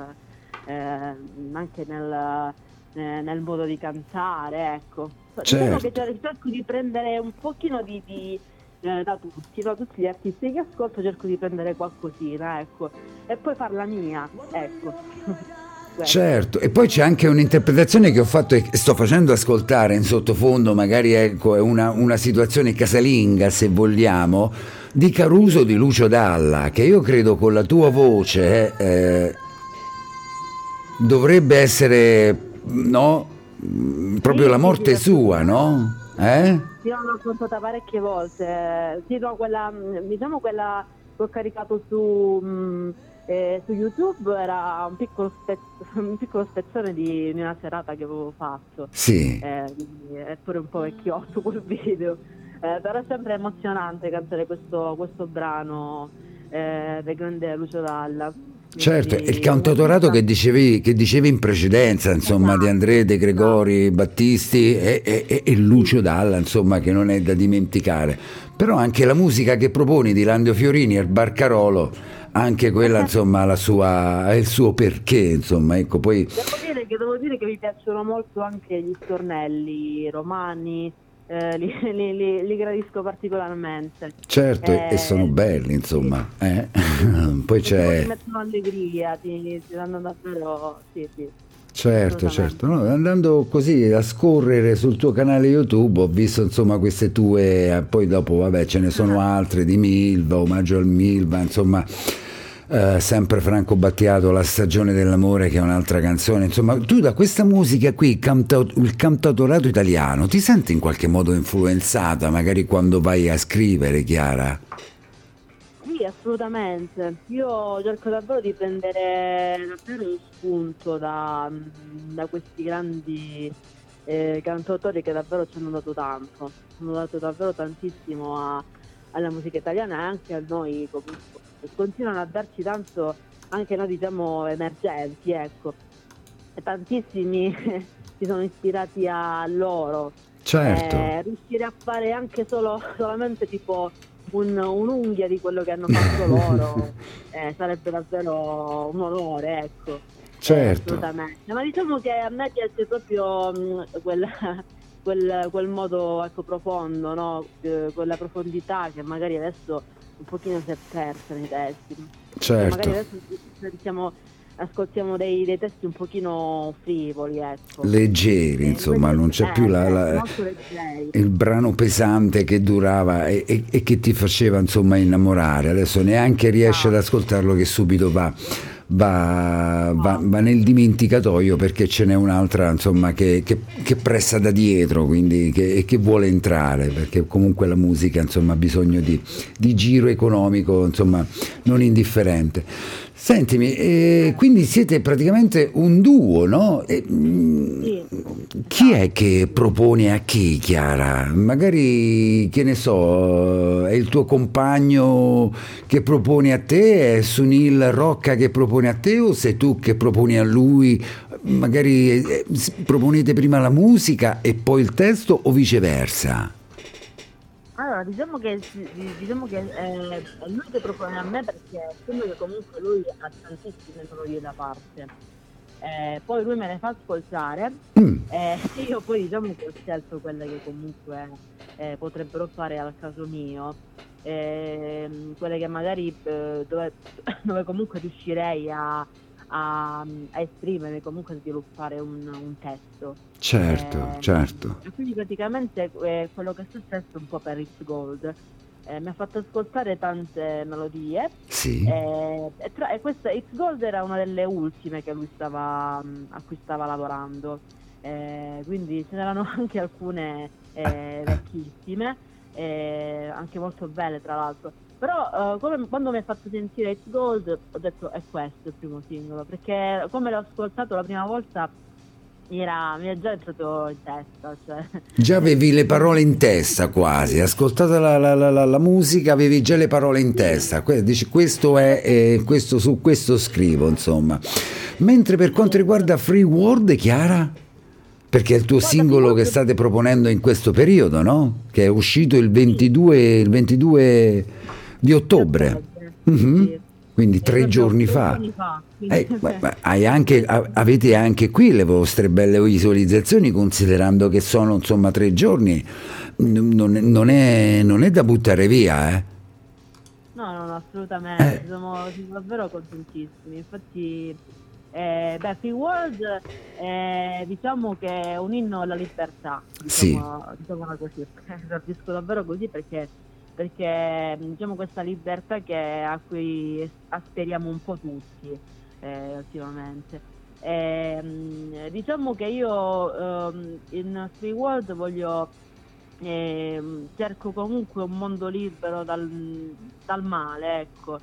Speaker 3: anche nel modo di cantare, ecco. Diciamo che
Speaker 2: Certo.
Speaker 3: cerco di prendere un pochino da tutti gli artisti che ascolto, cerco di prendere qualcosina, ecco, e poi farla mia, ecco. Questo.
Speaker 2: Certo, e poi c'è anche un'interpretazione che ho fatto e sto facendo ascoltare in sottofondo, magari ecco, è una situazione casalinga, se vogliamo, di Caruso di Lucio Dalla, che io credo con la tua voce dovrebbe essere, no? Proprio la
Speaker 3: Sì, sì,
Speaker 2: morte sua, no?
Speaker 3: sì, l'ho ascoltata parecchie volte. Sì, no, diciamo quella che ho caricato su YouTube era un piccolo spezzone di una serata che avevo fatto.
Speaker 2: Sì.
Speaker 3: Quindi è pure un po' vecchiotto quel video. Però è sempre emozionante cantare questo brano del grande Lucio Dalla.
Speaker 2: Certo, e il
Speaker 3: Quindi,
Speaker 2: cantautorato che dicevi in precedenza, insomma, di André De Gregori, Battisti e Lucio Dalla, insomma, che non è da dimenticare. Però anche la musica che proponi di Landio Fiorini e il Barcarolo, anche quella, insomma, ha il suo perché, insomma, ecco, poi
Speaker 3: devo dire che mi piacciono molto anche gli stornelli romani, li gradisco particolarmente.
Speaker 2: certo, e sono belli, insomma. Poi
Speaker 3: Ti
Speaker 2: c'è.
Speaker 3: mettono allegria, ti danno davvero, sì,
Speaker 2: Certo,
Speaker 3: assolutamente.
Speaker 2: certo. No, andando così a scorrere sul tuo canale YouTube ho visto insomma queste tue, poi dopo vabbè ce ne sono altre di Milva, Omaggio al Milva, insomma sempre Franco Battiato, La stagione dell'amore che è un'altra canzone, insomma tu da questa musica qui, il cantautorato italiano, ti senti in qualche modo influenzata magari quando vai a scrivere, Chiara?
Speaker 3: Sì, assolutamente. Io cerco davvero di prendere davvero spunto da questi grandi cantautori che davvero ci hanno dato tanto, hanno dato davvero tantissimo alla musica italiana e anche a noi comunque. E continuano a darci tanto anche noi diciamo emergenti, ecco. E tantissimi si sono ispirati a loro.
Speaker 2: Certo.
Speaker 3: Riuscire a fare anche solamente tipo un'unghia di quello che hanno fatto loro sarebbe davvero un onore, ecco.
Speaker 2: Certo.
Speaker 3: Assolutamente. Ma diciamo che a me piace proprio quel modo, ecco, profondo, no? Quella profondità che magari adesso un pochino si è persa nei testi. Perché magari
Speaker 2: Certo.
Speaker 3: adesso ascoltiamo dei testi un pochino frivoli, ecco.
Speaker 2: Leggeri, insomma, non c'è più
Speaker 3: molto leggeri.
Speaker 2: il brano pesante che durava e che ti faceva insomma innamorare. Adesso neanche riesci ad ascoltarlo che subito va nel dimenticatoio perché ce n'è un'altra insomma che pressa da dietro, quindi che vuole entrare, perché comunque la musica insomma ha bisogno di giro economico insomma non indifferente. Sentimi, quindi siete praticamente un duo, no?
Speaker 3: Sì.
Speaker 2: Chi è che propone a chi, Chiara? Magari, che ne so, è il tuo compagno che propone a te, è Sunil Rocca che propone a te o sei tu che proponi a lui? Magari proponete prima la musica e poi il testo o viceversa?
Speaker 3: Allora, diciamo che è lui che propone a me perché sembra che comunque lui ha tantissime melodie da parte. Poi lui me le fa ascoltare e io poi diciamo che ho scelto quelle che comunque potrebbero fare al caso mio, quelle che magari dove comunque riuscirei a esprimere, comunque a sviluppare un testo.
Speaker 2: Certo, certo.
Speaker 3: E quindi praticamente quello che è successo un po' per It's Gold. Mi ha fatto ascoltare tante melodie
Speaker 2: Sì,
Speaker 3: e questa It's Gold era una delle ultime che a cui stava lavorando. Quindi ce n'erano anche alcune vecchissime, anche molto belle tra l'altro. Però quando mi ha fatto sentire It's Gold ho detto è questo il primo singolo, perché come l'ho ascoltato la prima volta mi era già entrato in testa, cioè.
Speaker 2: Già avevi le parole in testa quasi, ascoltata la musica, avevi già le parole in testa. Dici questo è, questo, su questo scrivo, insomma. Mentre per quanto riguarda Free World, Chiara? Perché è il tuo singolo che state proponendo in questo periodo, no? Che è uscito il 22 di ottobre. Mhm.
Speaker 3: Sì.
Speaker 2: Quindi 3 giorni fa.
Speaker 3: Quindi.
Speaker 2: Avete anche qui le vostre belle visualizzazioni, considerando che sono insomma 3 giorni. Non è da buttare via, eh?
Speaker 3: No, assolutamente, siamo davvero contentissimi. Infatti, Free World diciamo che è un inno alla libertà, diciamola così. Capisco davvero così perché diciamo questa libertà a cui aspiriamo un po' tutti ultimamente. Diciamo che io in Free World cerco comunque un mondo libero dal male, ecco,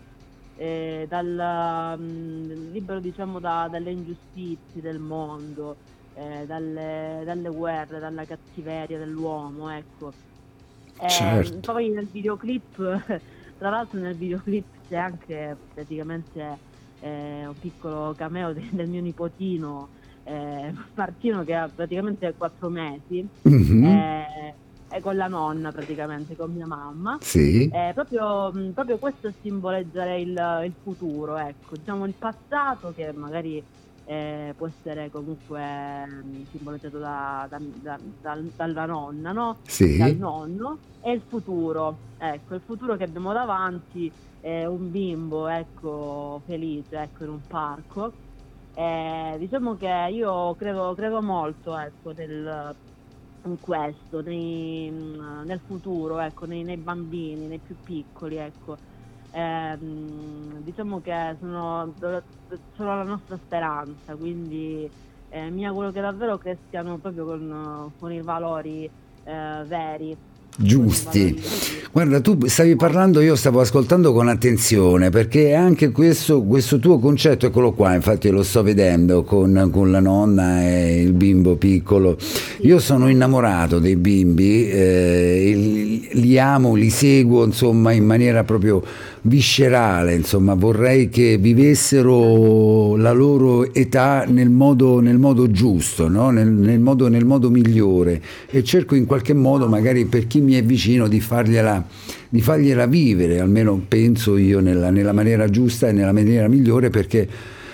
Speaker 3: libero diciamo dalle ingiustizie del mondo, dalle guerre, dalla cattiveria dell'uomo, ecco.
Speaker 2: Certo.
Speaker 3: Poi nel videoclip, tra l'altro nel videoclip c'è anche praticamente un piccolo cameo del mio nipotino Martino, che ha praticamente 4 mesi, è con la nonna praticamente, con mia mamma.
Speaker 2: Sì.
Speaker 3: Proprio questo simboleggiare il futuro, ecco, diciamo il passato che magari può essere comunque simboleggiato dalla nonna, no?
Speaker 2: Sì.
Speaker 3: Dal nonno, e il futuro, ecco, il futuro che abbiamo davanti è un bimbo, ecco, felice, ecco, in un parco. Diciamo che io credo molto, ecco, in questo, nel futuro, ecco, nei bambini, nei più piccoli, ecco. Diciamo che sono la nostra speranza, quindi mi auguro che davvero crescano proprio con i valori veri.
Speaker 2: Giusti. Guarda, tu stavi parlando, io stavo ascoltando con attenzione, perché anche questo tuo concetto, eccolo qua, infatti lo sto vedendo con la nonna e il bimbo piccolo. Io sono innamorato dei bimbi, li amo, li seguo insomma in maniera proprio viscerale, insomma vorrei che vivessero la loro età nel modo giusto, no? nel modo migliore, e cerco in qualche modo, magari per chi mi è vicino, di fargliela vivere, almeno penso io, nella maniera giusta e nella maniera migliore, perché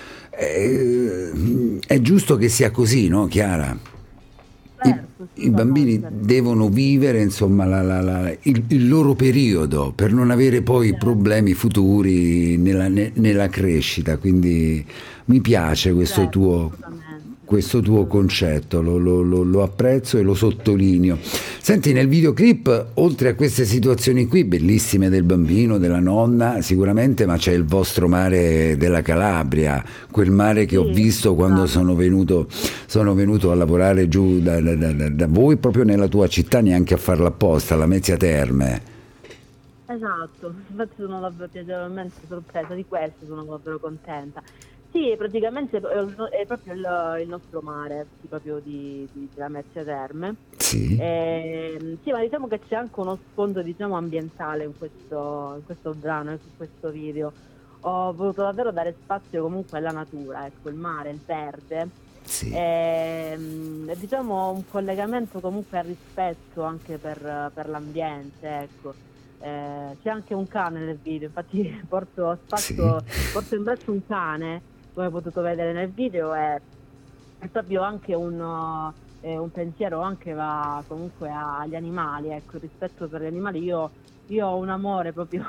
Speaker 2: è giusto che sia così, no, Chiara? I bambini devono vivere insomma il loro periodo per non avere poi problemi futuri nella crescita, quindi mi piace questo tuo concetto, lo apprezzo e lo sottolineo. Senti, nel videoclip, oltre a queste situazioni qui bellissime del bambino, della nonna sicuramente, ma c'è il vostro mare della Calabria, quel mare che ho visto quando sono venuto a lavorare giù da voi, proprio nella tua città, neanche a farla apposta, alla Mezzia Terme.
Speaker 3: Esatto, infatti sono davvero piacevolmente sorpresa di questo, sono davvero contenta. Sì, praticamente è proprio il nostro mare, proprio della Mezzia Terme.
Speaker 2: Sì.
Speaker 3: Sì, ma diciamo che c'è anche uno sfondo, diciamo, ambientale in questo brano, in questo video. Ho voluto davvero dare spazio comunque alla natura, ecco, il mare, il verde.
Speaker 2: Sì.
Speaker 3: Diciamo un collegamento comunque al rispetto anche per l'ambiente, ecco. C'è anche un cane nel video, infatti porto in braccio un cane, come hai potuto vedere nel video, è proprio anche un pensiero anche va comunque agli animali, ecco, il rispetto per gli animali. Io ho un amore proprio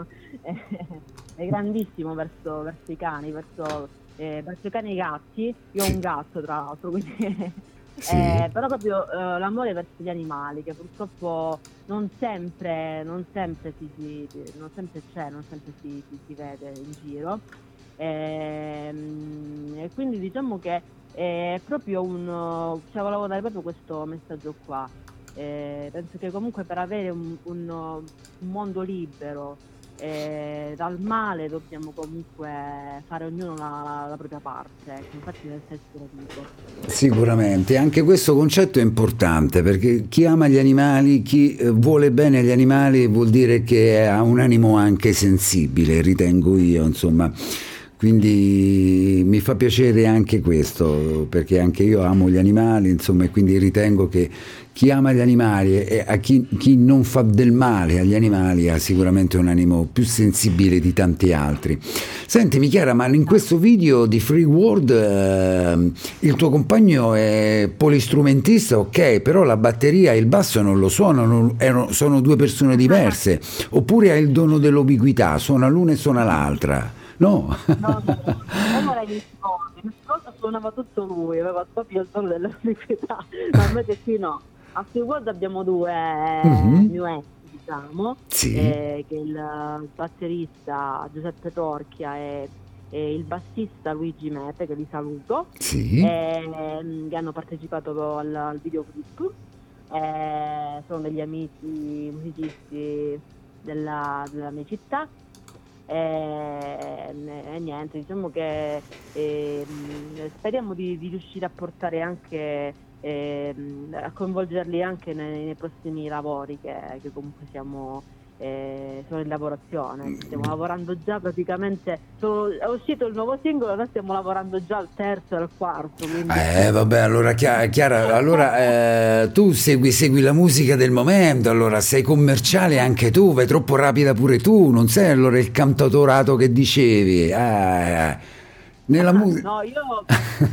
Speaker 3: è grandissimo verso i cani, verso i cani e i gatti. Io ho un gatto, tra l'altro, quindi però proprio l'amore verso gli animali, che purtroppo non sempre si vede in giro, e quindi diciamo che è proprio volevo dare proprio questo messaggio qua. Penso che comunque per avere un mondo libero dal male dobbiamo comunque fare ognuno la propria parte, ecco, infatti nel testo lo dico.
Speaker 2: Sicuramente, anche questo concetto è importante, perché chi ama gli animali, chi vuole bene agli animali, vuol dire che ha un animo anche sensibile, ritengo io, insomma. Quindi mi fa piacere anche questo, perché anche io amo gli animali, insomma, e quindi ritengo che chi ama gli animali e a chi non fa del male agli animali ha sicuramente un animo più sensibile di tanti altri. Sentimi Chiara, ma in questo video di Free World il tuo compagno è polistrumentista, ok, però la batteria e il basso non lo suonano, sono due persone diverse, oppure ha il dono dell'ubiquità, suona l'una e suona l'altra. No.
Speaker 3: No, allora il discorso suonava tutto lui, aveva proprio il tono dell'ubiquità, ma invece sì, no. A Free World abbiamo due new diciamo,
Speaker 2: sì.
Speaker 3: Che è il batterista Giuseppe Torchia e il bassista Luigi Mete, che li saluto,
Speaker 2: sì.
Speaker 3: che hanno partecipato al videoclip. Sono degli amici musicisti della mia città. E niente, diciamo che speriamo di riuscire a portare anche a coinvolgerli anche nei prossimi lavori che comunque sono in lavorazione. Stiamo lavorando già praticamente, è uscito il nuovo singolo, noi stiamo lavorando già al terzo e al quarto, quindi...
Speaker 2: Vabbè, allora Chiara, allora tu segui la musica del momento, allora sei commerciale anche tu, vai troppo rapida pure tu, non sei allora il cantautorato che dicevi. Nella musica.
Speaker 3: No, io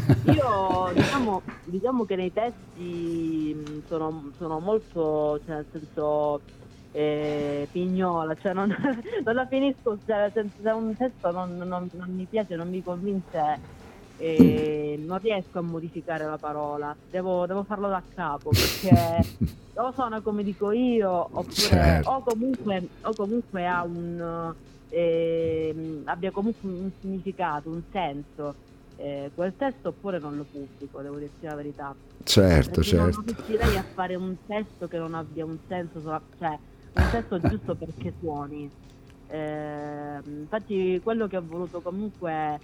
Speaker 3: diciamo che nei testi sono molto, cioè nel senso pignola, cioè non la finisco, cioè, se un testo non mi piace, non mi convince, non riesco a modificare la parola, devo farlo da capo, perché o suona come dico io, oppure
Speaker 2: certo.
Speaker 3: o comunque ha abbia comunque un significato, un senso, quel testo, oppure non lo pubblico, devo dirti la verità.
Speaker 2: Certo,
Speaker 3: perché
Speaker 2: certo.
Speaker 3: non riuscirei a fare un testo che non abbia un senso, cioè un testo giusto perché suoni. Infatti quello che ho voluto comunque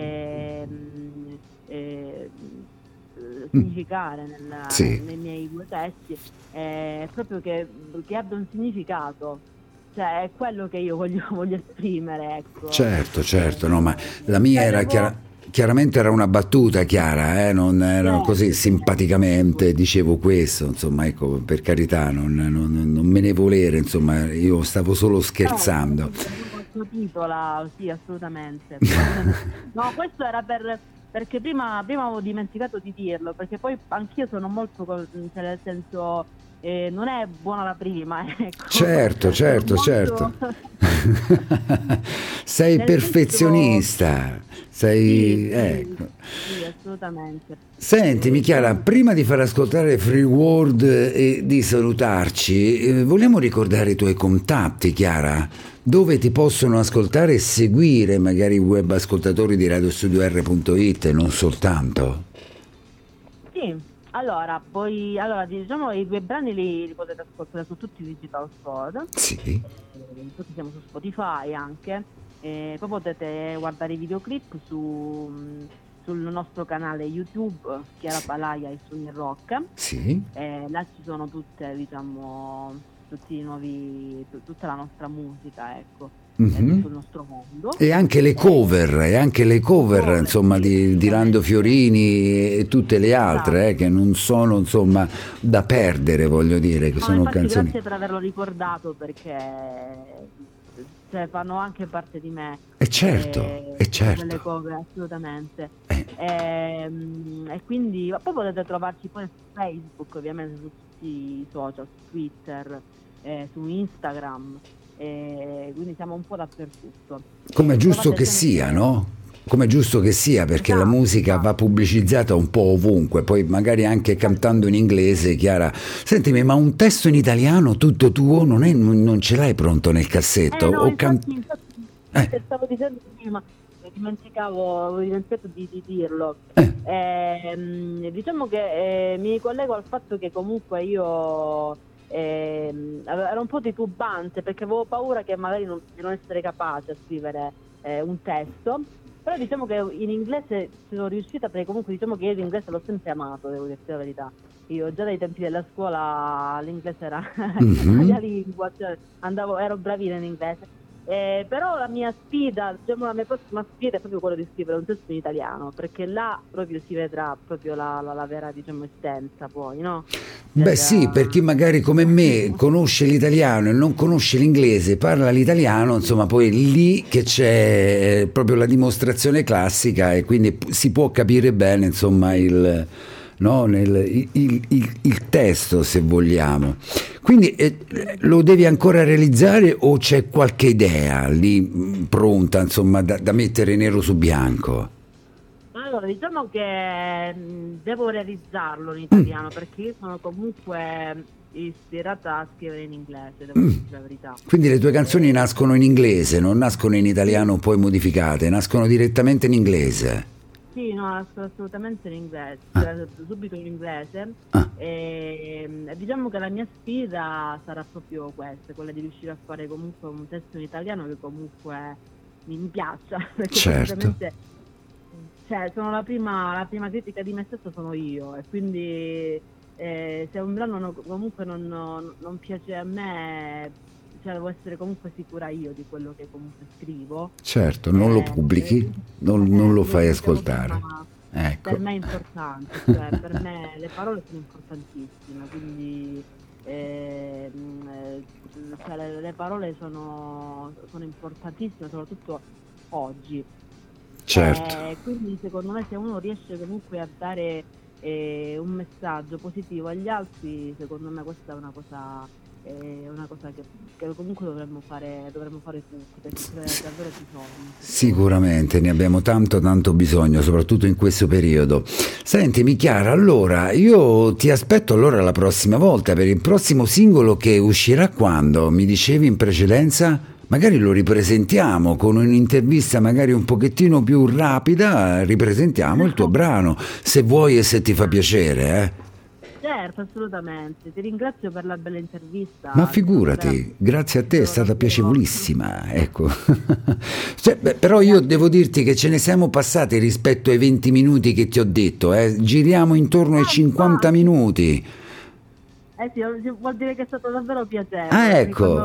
Speaker 3: significare nei miei due testi è proprio che abbia un significato. Cioè è quello che io voglio esprimere, ecco.
Speaker 2: Certo, no, ma la mia era chiaramente era una battuta, Chiara, non era così simpaticamente dicevo questo, insomma, ecco, per carità, non me ne volere, insomma, io stavo solo scherzando.
Speaker 3: Titola, sì, assolutamente. No, questo era perché prima avevo dimenticato di dirlo, perché poi anch'io sono molto, cioè nel senso, non è buona la prima, ecco.
Speaker 2: Certo. Sei perfezionista, ecco.
Speaker 3: Sì, assolutamente.
Speaker 2: Sentimi Chiara, prima di far ascoltare Free World e di salutarci, vogliamo ricordare i tuoi contatti, Chiara? Dove ti possono ascoltare e seguire magari i web ascoltatori di radiostudio.r.it e non soltanto?
Speaker 3: Sì. Allora, diciamo i due brani li potete ascoltare su tutti i digital store.
Speaker 2: Sì.
Speaker 3: Tutti siamo su Spotify anche. Poi potete guardare i videoclip sul nostro canale YouTube, Chiara Palaia e Sogni Rock.
Speaker 2: Sì.
Speaker 3: Là ci sono tutte, diciamo, tutta la nostra musica, ecco. Sul nostro mondo,
Speaker 2: e anche le cover insomma di Lando Fiorini e tutte le altre che non sono insomma da perdere, voglio dire, che sono canzoni.
Speaker 3: Grazie per averlo ricordato, perché fanno anche parte di me.
Speaker 2: Certo.
Speaker 3: Delle cover, assolutamente. E quindi poi potete trovarci poi su Facebook, ovviamente, su tutti i social, su Twitter, su Instagram. Quindi siamo un po' dappertutto.
Speaker 2: Come è giusto che sia, no? Come è giusto che sia, perché la musica va pubblicizzata un po' ovunque, poi magari anche cantando in inglese, Chiara. Sentimi, ma un testo in italiano tutto tuo non ce l'hai pronto nel cassetto?
Speaker 3: No, infatti, stavo dicendo prima, avevo dimenticato di dirlo. Diciamo che mi collego al fatto che comunque io era un po' titubante perché avevo paura che magari di non essere capace a scrivere un testo, però diciamo che in inglese ci sono riuscita, perché comunque diciamo che io l'inglese l'ho sempre amato, devo dirti la verità. Io già dai tempi della scuola l'inglese era la mia lingua, cioè ero bravina in inglese. Però la mia sfida, diciamo la mia prossima sfida è proprio quella di scrivere un testo in italiano, perché là proprio si vedrà proprio la vera, diciamo, essenza poi, no?
Speaker 2: Beh sì, per chi magari come me conosce l'italiano e non conosce l'inglese, parla l'italiano, insomma poi lì che c'è proprio la dimostrazione classica e quindi si può capire bene, insomma, il testo, se vogliamo. Quindi lo devi ancora realizzare o c'è qualche idea lì pronta, insomma, da mettere nero su bianco?
Speaker 3: Allora, diciamo che devo realizzarlo in italiano, perché io sono comunque ispirata a scrivere in inglese, devo dire la verità.
Speaker 2: Quindi le tue canzoni nascono in inglese, non nascono in italiano poi modificate, nascono direttamente in inglese?
Speaker 3: Sì, no, assolutamente in inglese, subito in inglese. E diciamo che la mia sfida sarà proprio questa, quella di riuscire a fare comunque un testo in italiano che comunque mi piaccia, perché
Speaker 2: certo.
Speaker 3: Cioè, sono la prima critica di me stesso sono io, e quindi se un brano comunque non piace a me, cioè devo essere comunque sicura io di quello che comunque scrivo.
Speaker 2: Certo, non lo pubblichi, non lo fai ascoltare. Ecco.
Speaker 3: Per me è importante, cioè per me le parole sono importantissime, quindi cioè le parole sono importantissime, soprattutto oggi.
Speaker 2: Certo.
Speaker 3: Quindi secondo me se uno riesce comunque a dare un messaggio positivo agli altri, secondo me questa è una cosa che comunque dovremmo fare tutti, perché c'è davvero bisogno.
Speaker 2: Sicuramente ne abbiamo tanto bisogno, soprattutto in questo periodo. Sentimi Chiara, allora io ti aspetto allora la prossima volta per il prossimo singolo che uscirà quando? Mi dicevi in precedenza? Magari lo ripresentiamo con un'intervista magari un pochettino più rapida, ripresentiamo il tuo brano, se vuoi e se ti fa piacere,
Speaker 3: Certo, assolutamente. Ti ringrazio per la bella intervista.
Speaker 2: Ma figurati, grazie a te, è stata piacevolissima, ecco. Cioè, però io devo dirti che ce ne siamo passati rispetto ai 20 minuti che ti ho detto, giriamo intorno ai 50 minuti.
Speaker 3: Sì, vuol dire che è stato davvero piacevole.
Speaker 2: Ecco.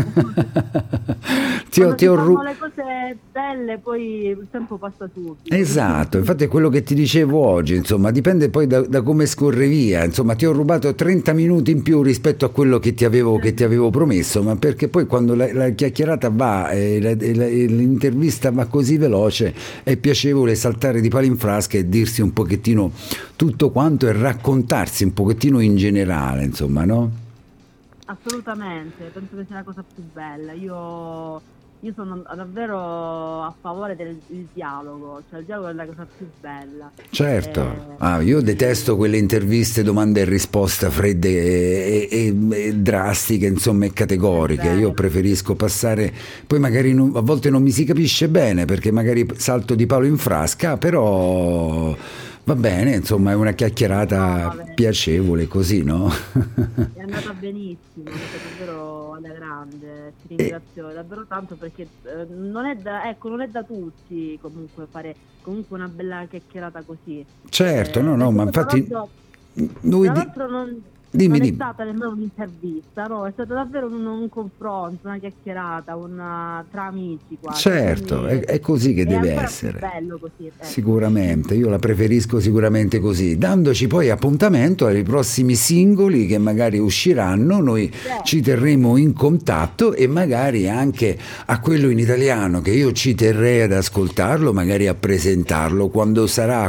Speaker 3: Le cose belle, poi il tempo passa subito.
Speaker 2: Esatto, infatti è quello che ti dicevo oggi, insomma, dipende poi da come scorre via, insomma, ti ho rubato 30 minuti in più rispetto a quello che ti avevo promesso, ma perché poi quando la chiacchierata va e l'intervista va così veloce è piacevole saltare di palo in frasca e dirsi un pochettino tutto quanto e raccontarsi un pochettino in generale, insomma, no?
Speaker 3: Assolutamente, penso che sia la cosa più bella. Io sono davvero a favore del dialogo, cioè il dialogo è la cosa più bella.
Speaker 2: Certo, io detesto quelle interviste domande e risposta fredde e drastiche, insomma, e categoriche. Io preferisco passare, poi magari a volte non mi si capisce bene perché magari salto di palo in frasca, però va bene, insomma, è una chiacchierata piacevole così, no?
Speaker 3: È andata benissimo, è andata davvero alla grande, ti ringrazio davvero tanto perché non è da tutti comunque fare comunque una bella chiacchierata così.
Speaker 2: Certo, no, ma infatti noi
Speaker 3: non è stata nemmeno un'intervista, no, è stato davvero un confronto, una chiacchierata, tra amici quasi.
Speaker 2: Certo, è così che deve essere. È bello così. Sicuramente, io la preferisco sicuramente così, dandoci poi appuntamento ai prossimi singoli che magari usciranno, noi ci terremo in contatto e magari anche a quello in italiano che io ci terrei ad ascoltarlo, magari a presentarlo quando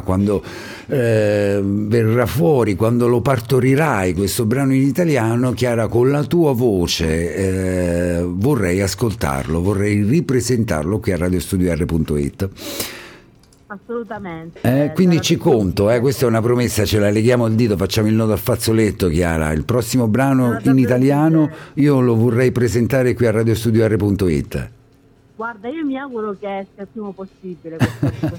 Speaker 2: verrà fuori, quando lo partorirai questo brano in italiano. Chiara, con la tua voce vorrei ascoltarlo, vorrei ripresentarlo qui a radiostudio.it.
Speaker 3: Assolutamente.
Speaker 2: Quindi ci conto, questa è una promessa, ce la leghiamo al dito, facciamo il nodo al fazzoletto, Chiara. Il prossimo brano in italiano io lo vorrei presentare qui a radiostudio.it.
Speaker 3: Guarda, io mi auguro che sia il primo possibile questo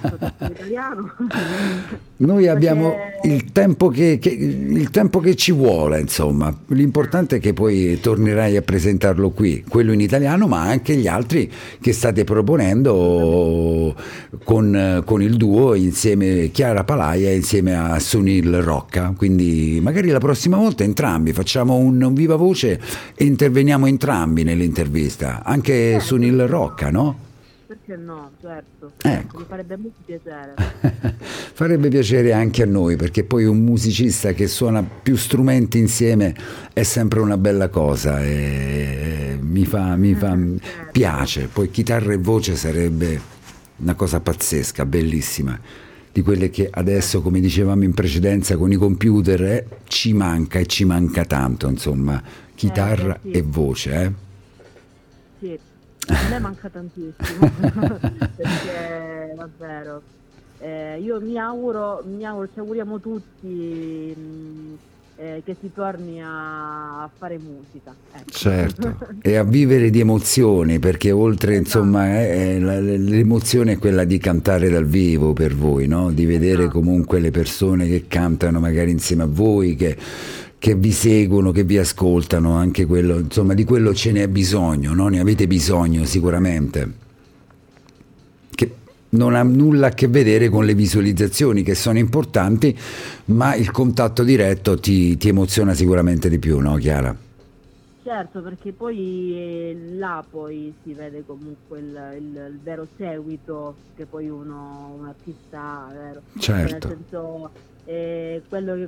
Speaker 3: italiano.
Speaker 2: Noi abbiamo
Speaker 3: Perché
Speaker 2: il tempo che ci vuole, insomma. L'importante è che poi tornerai a presentarlo qui, quello in italiano, ma anche gli altri che state proponendo con il duo insieme Chiara Palaia insieme a Sunil Rocca. Quindi magari la prossima volta entrambi facciamo un viva voce e interveniamo entrambi nell'intervista, anche Sunil Rocca, no?
Speaker 3: perché no, certo.
Speaker 2: Ecco.
Speaker 3: Mi farebbe molto piacere.
Speaker 2: Farebbe piacere anche a noi, perché poi un musicista che suona più strumenti insieme è sempre una bella cosa e piace. Poi chitarra e voce sarebbe una cosa pazzesca, bellissima, di quelle che adesso, come dicevamo in precedenza, con i computer ci manca e ci manca tanto, insomma, chitarra
Speaker 3: sì.
Speaker 2: e voce.
Speaker 3: Sì, a me manca tantissimo, perché davvero, io mi auguro, ci auguriamo tutti che si torni a fare musica. Ecco.
Speaker 2: Certo, e a vivere di emozioni, perché oltre, insomma, l'emozione è quella di cantare dal vivo per voi, no? Di vedere comunque le persone che cantano magari insieme a voi, che vi seguono, che vi ascoltano, anche quello, insomma, di quello ce n'è bisogno, no? Ne avete bisogno sicuramente, che non ha nulla a che vedere con le visualizzazioni, che sono importanti, ma il contatto diretto ti emoziona sicuramente di più, no Chiara?
Speaker 3: Certo, perché poi là poi si vede comunque il vero seguito che poi un artista ha, vero?
Speaker 2: Certo.
Speaker 3: Nel senso, quello che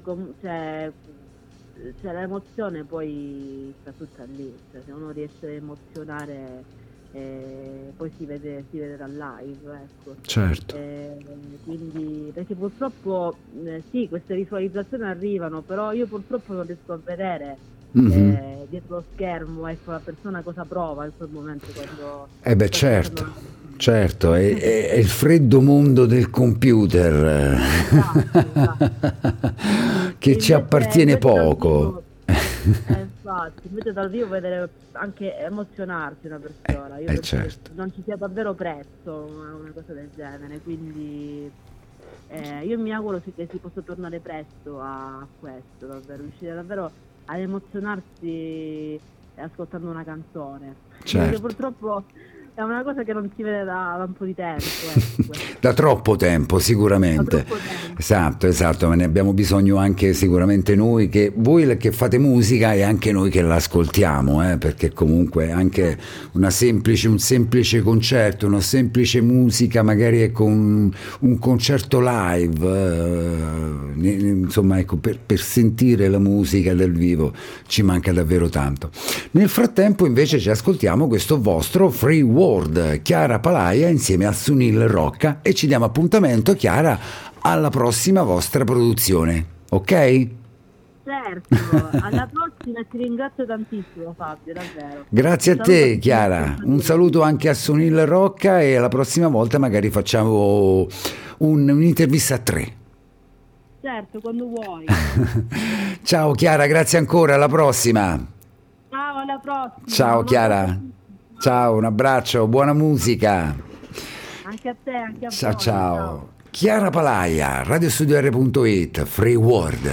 Speaker 3: cioè l'emozione poi sta tutta lì, cioè, se uno riesce a emozionare poi si vede dal live, ecco.
Speaker 2: Certo.
Speaker 3: Quindi, perché purtroppo sì, queste visualizzazioni arrivano, però io purtroppo non riesco a vedere dietro lo schermo, ecco, la persona cosa prova in quel momento quando
Speaker 2: certo, è il freddo mondo del computer,
Speaker 3: esatto.
Speaker 2: che ci appartiene poco.
Speaker 3: Infatti, invece dal vivo vedere anche emozionarsi una persona, io
Speaker 2: certo.
Speaker 3: non ci sia davvero prezzo a una cosa del genere, quindi io mi auguro che si possa tornare presto a questo, davvero, riuscire davvero ad emozionarsi ascoltando una canzone,
Speaker 2: certo.
Speaker 3: Perché purtroppo è una cosa che non si vede da un po' di tempo.
Speaker 2: Da troppo tempo, sicuramente. Esatto, ma ne abbiamo bisogno anche sicuramente noi, voi che fate musica e anche noi che l'ascoltiamo, perché comunque anche un semplice concerto, una semplice musica, magari ecco un concerto live, insomma, ecco, per sentire la musica dal vivo ci manca davvero tanto. Nel frattempo invece ci ascoltiamo questo vostro Free World, Chiara Palaia insieme a Sunil Rocca, e ci diamo appuntamento, Chiara, alla prossima vostra produzione, ok?
Speaker 3: Certo, alla prossima, ti ringrazio tantissimo Fabio, davvero.
Speaker 2: Grazie a te Chiara, un saluto anche a Sunil Rocca e alla prossima volta magari facciamo un'intervista a 3.
Speaker 3: Certo, quando vuoi.
Speaker 2: Ciao Chiara, grazie ancora, alla prossima.
Speaker 3: Ciao, alla prossima.
Speaker 2: Ciao Chiara. Ciao, un abbraccio, buona musica.
Speaker 3: Anche a te, anche a
Speaker 2: ciao,
Speaker 3: voi.
Speaker 2: ciao. Chiara Palaia, radiostudio.it, Free World.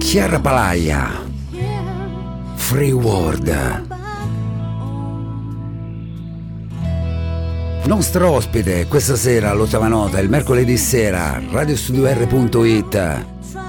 Speaker 2: Chiara Palaia, Free World. Nostro ospite questa sera all'Ottava Nota, il mercoledì sera, radiostudio.r.it.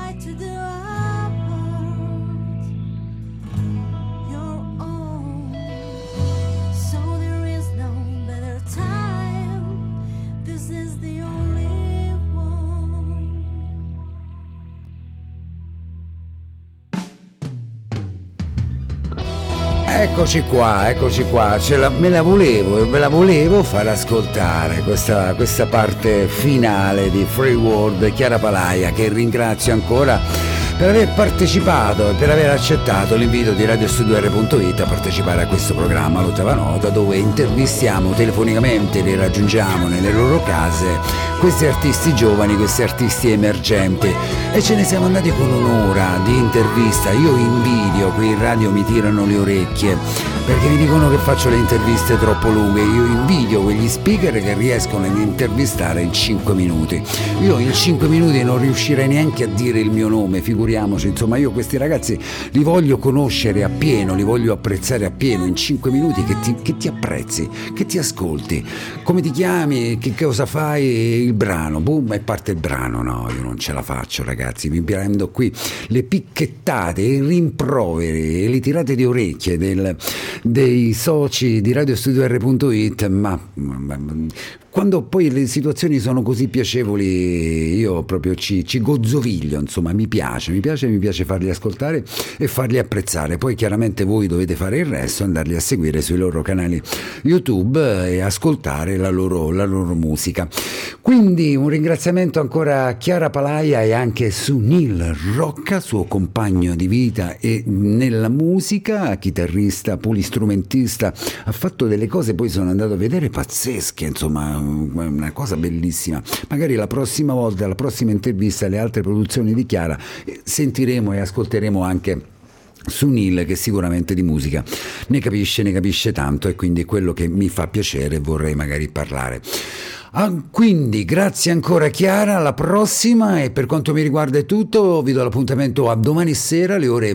Speaker 2: Eccoci qua, ve la volevo far ascoltare questa parte finale di Free World, Chiara Palaia, che ringrazio ancora per aver partecipato e per aver accettato l'invito di radiostudio.r.it a partecipare a questo programma, l'Ottava Nota, dove intervistiamo telefonicamente, li raggiungiamo nelle loro case, questi artisti giovani, questi artisti emergenti, e ce ne siamo andati con un'ora di intervista. Io invidio, qui in radio mi tirano le orecchie perché mi dicono che faccio le interviste troppo lunghe. Io invidio quegli speaker che riescono ad intervistare in 5 minuti. Io in 5 minuti non riuscirei neanche a dire il mio nome, figuriamoci. Insomma, io questi ragazzi li voglio conoscere appieno, li voglio apprezzare appieno. In 5 minuti che ti apprezzi, che ti ascolti, come ti chiami, che cosa fai, il brano, boom, e parte il brano. No, io non ce la faccio, ragazzi, mi prendo qui le picchettate, i rimproveri e le tirate di orecchie dei soci di radiostudio.r.it, ma quando poi le situazioni sono così piacevoli io proprio ci gozzoviglio, insomma, mi piace farli ascoltare e farli apprezzare. Poi chiaramente voi dovete fare il resto, andarli a seguire sui loro canali YouTube e ascoltare la loro musica. Quindi un ringraziamento ancora a Chiara Palaia e anche Sunil Rocca, suo compagno di vita e nella musica, chitarrista, polistrumentista, ha fatto delle cose, poi sono andato a vedere, pazzesche, insomma, una cosa bellissima. Magari la prossima volta, la prossima intervista, le altre produzioni di Chiara, sentiremo e ascolteremo anche Sunil, che sicuramente di musica ne capisce tanto, e quindi è quello che mi fa piacere e vorrei magari parlare. Quindi grazie ancora Chiara, alla prossima, e per quanto mi riguarda è tutto. Vi do l'appuntamento a domani sera alle ore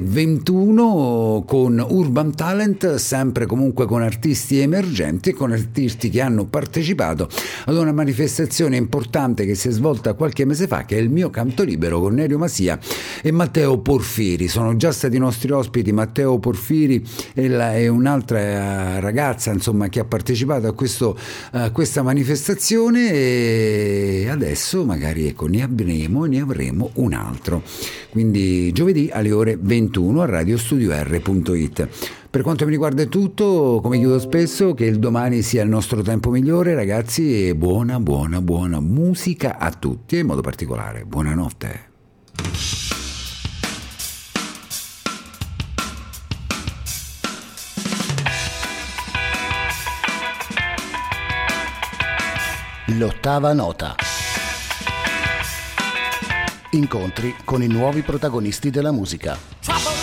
Speaker 2: 21 con Urban Talent, sempre comunque con artisti emergenti, con artisti che hanno partecipato ad una manifestazione importante che si è svolta qualche mese fa, che è il mio canto libero, con Nerio Masia e Matteo Porfiri. Sono già stati i nostri ospiti Matteo Porfiri e un'altra ragazza, insomma, che ha partecipato a questa manifestazione, e adesso magari ne avremo un altro, quindi giovedì alle ore 21 a radiostudio.r.it. Per quanto mi riguarda è tutto, come chiudo spesso, che il domani sia il nostro tempo migliore, ragazzi, e buona musica a tutti, e in modo particolare buonanotte.
Speaker 1: L'Ottava Nota. Incontri con i nuovi protagonisti della musica.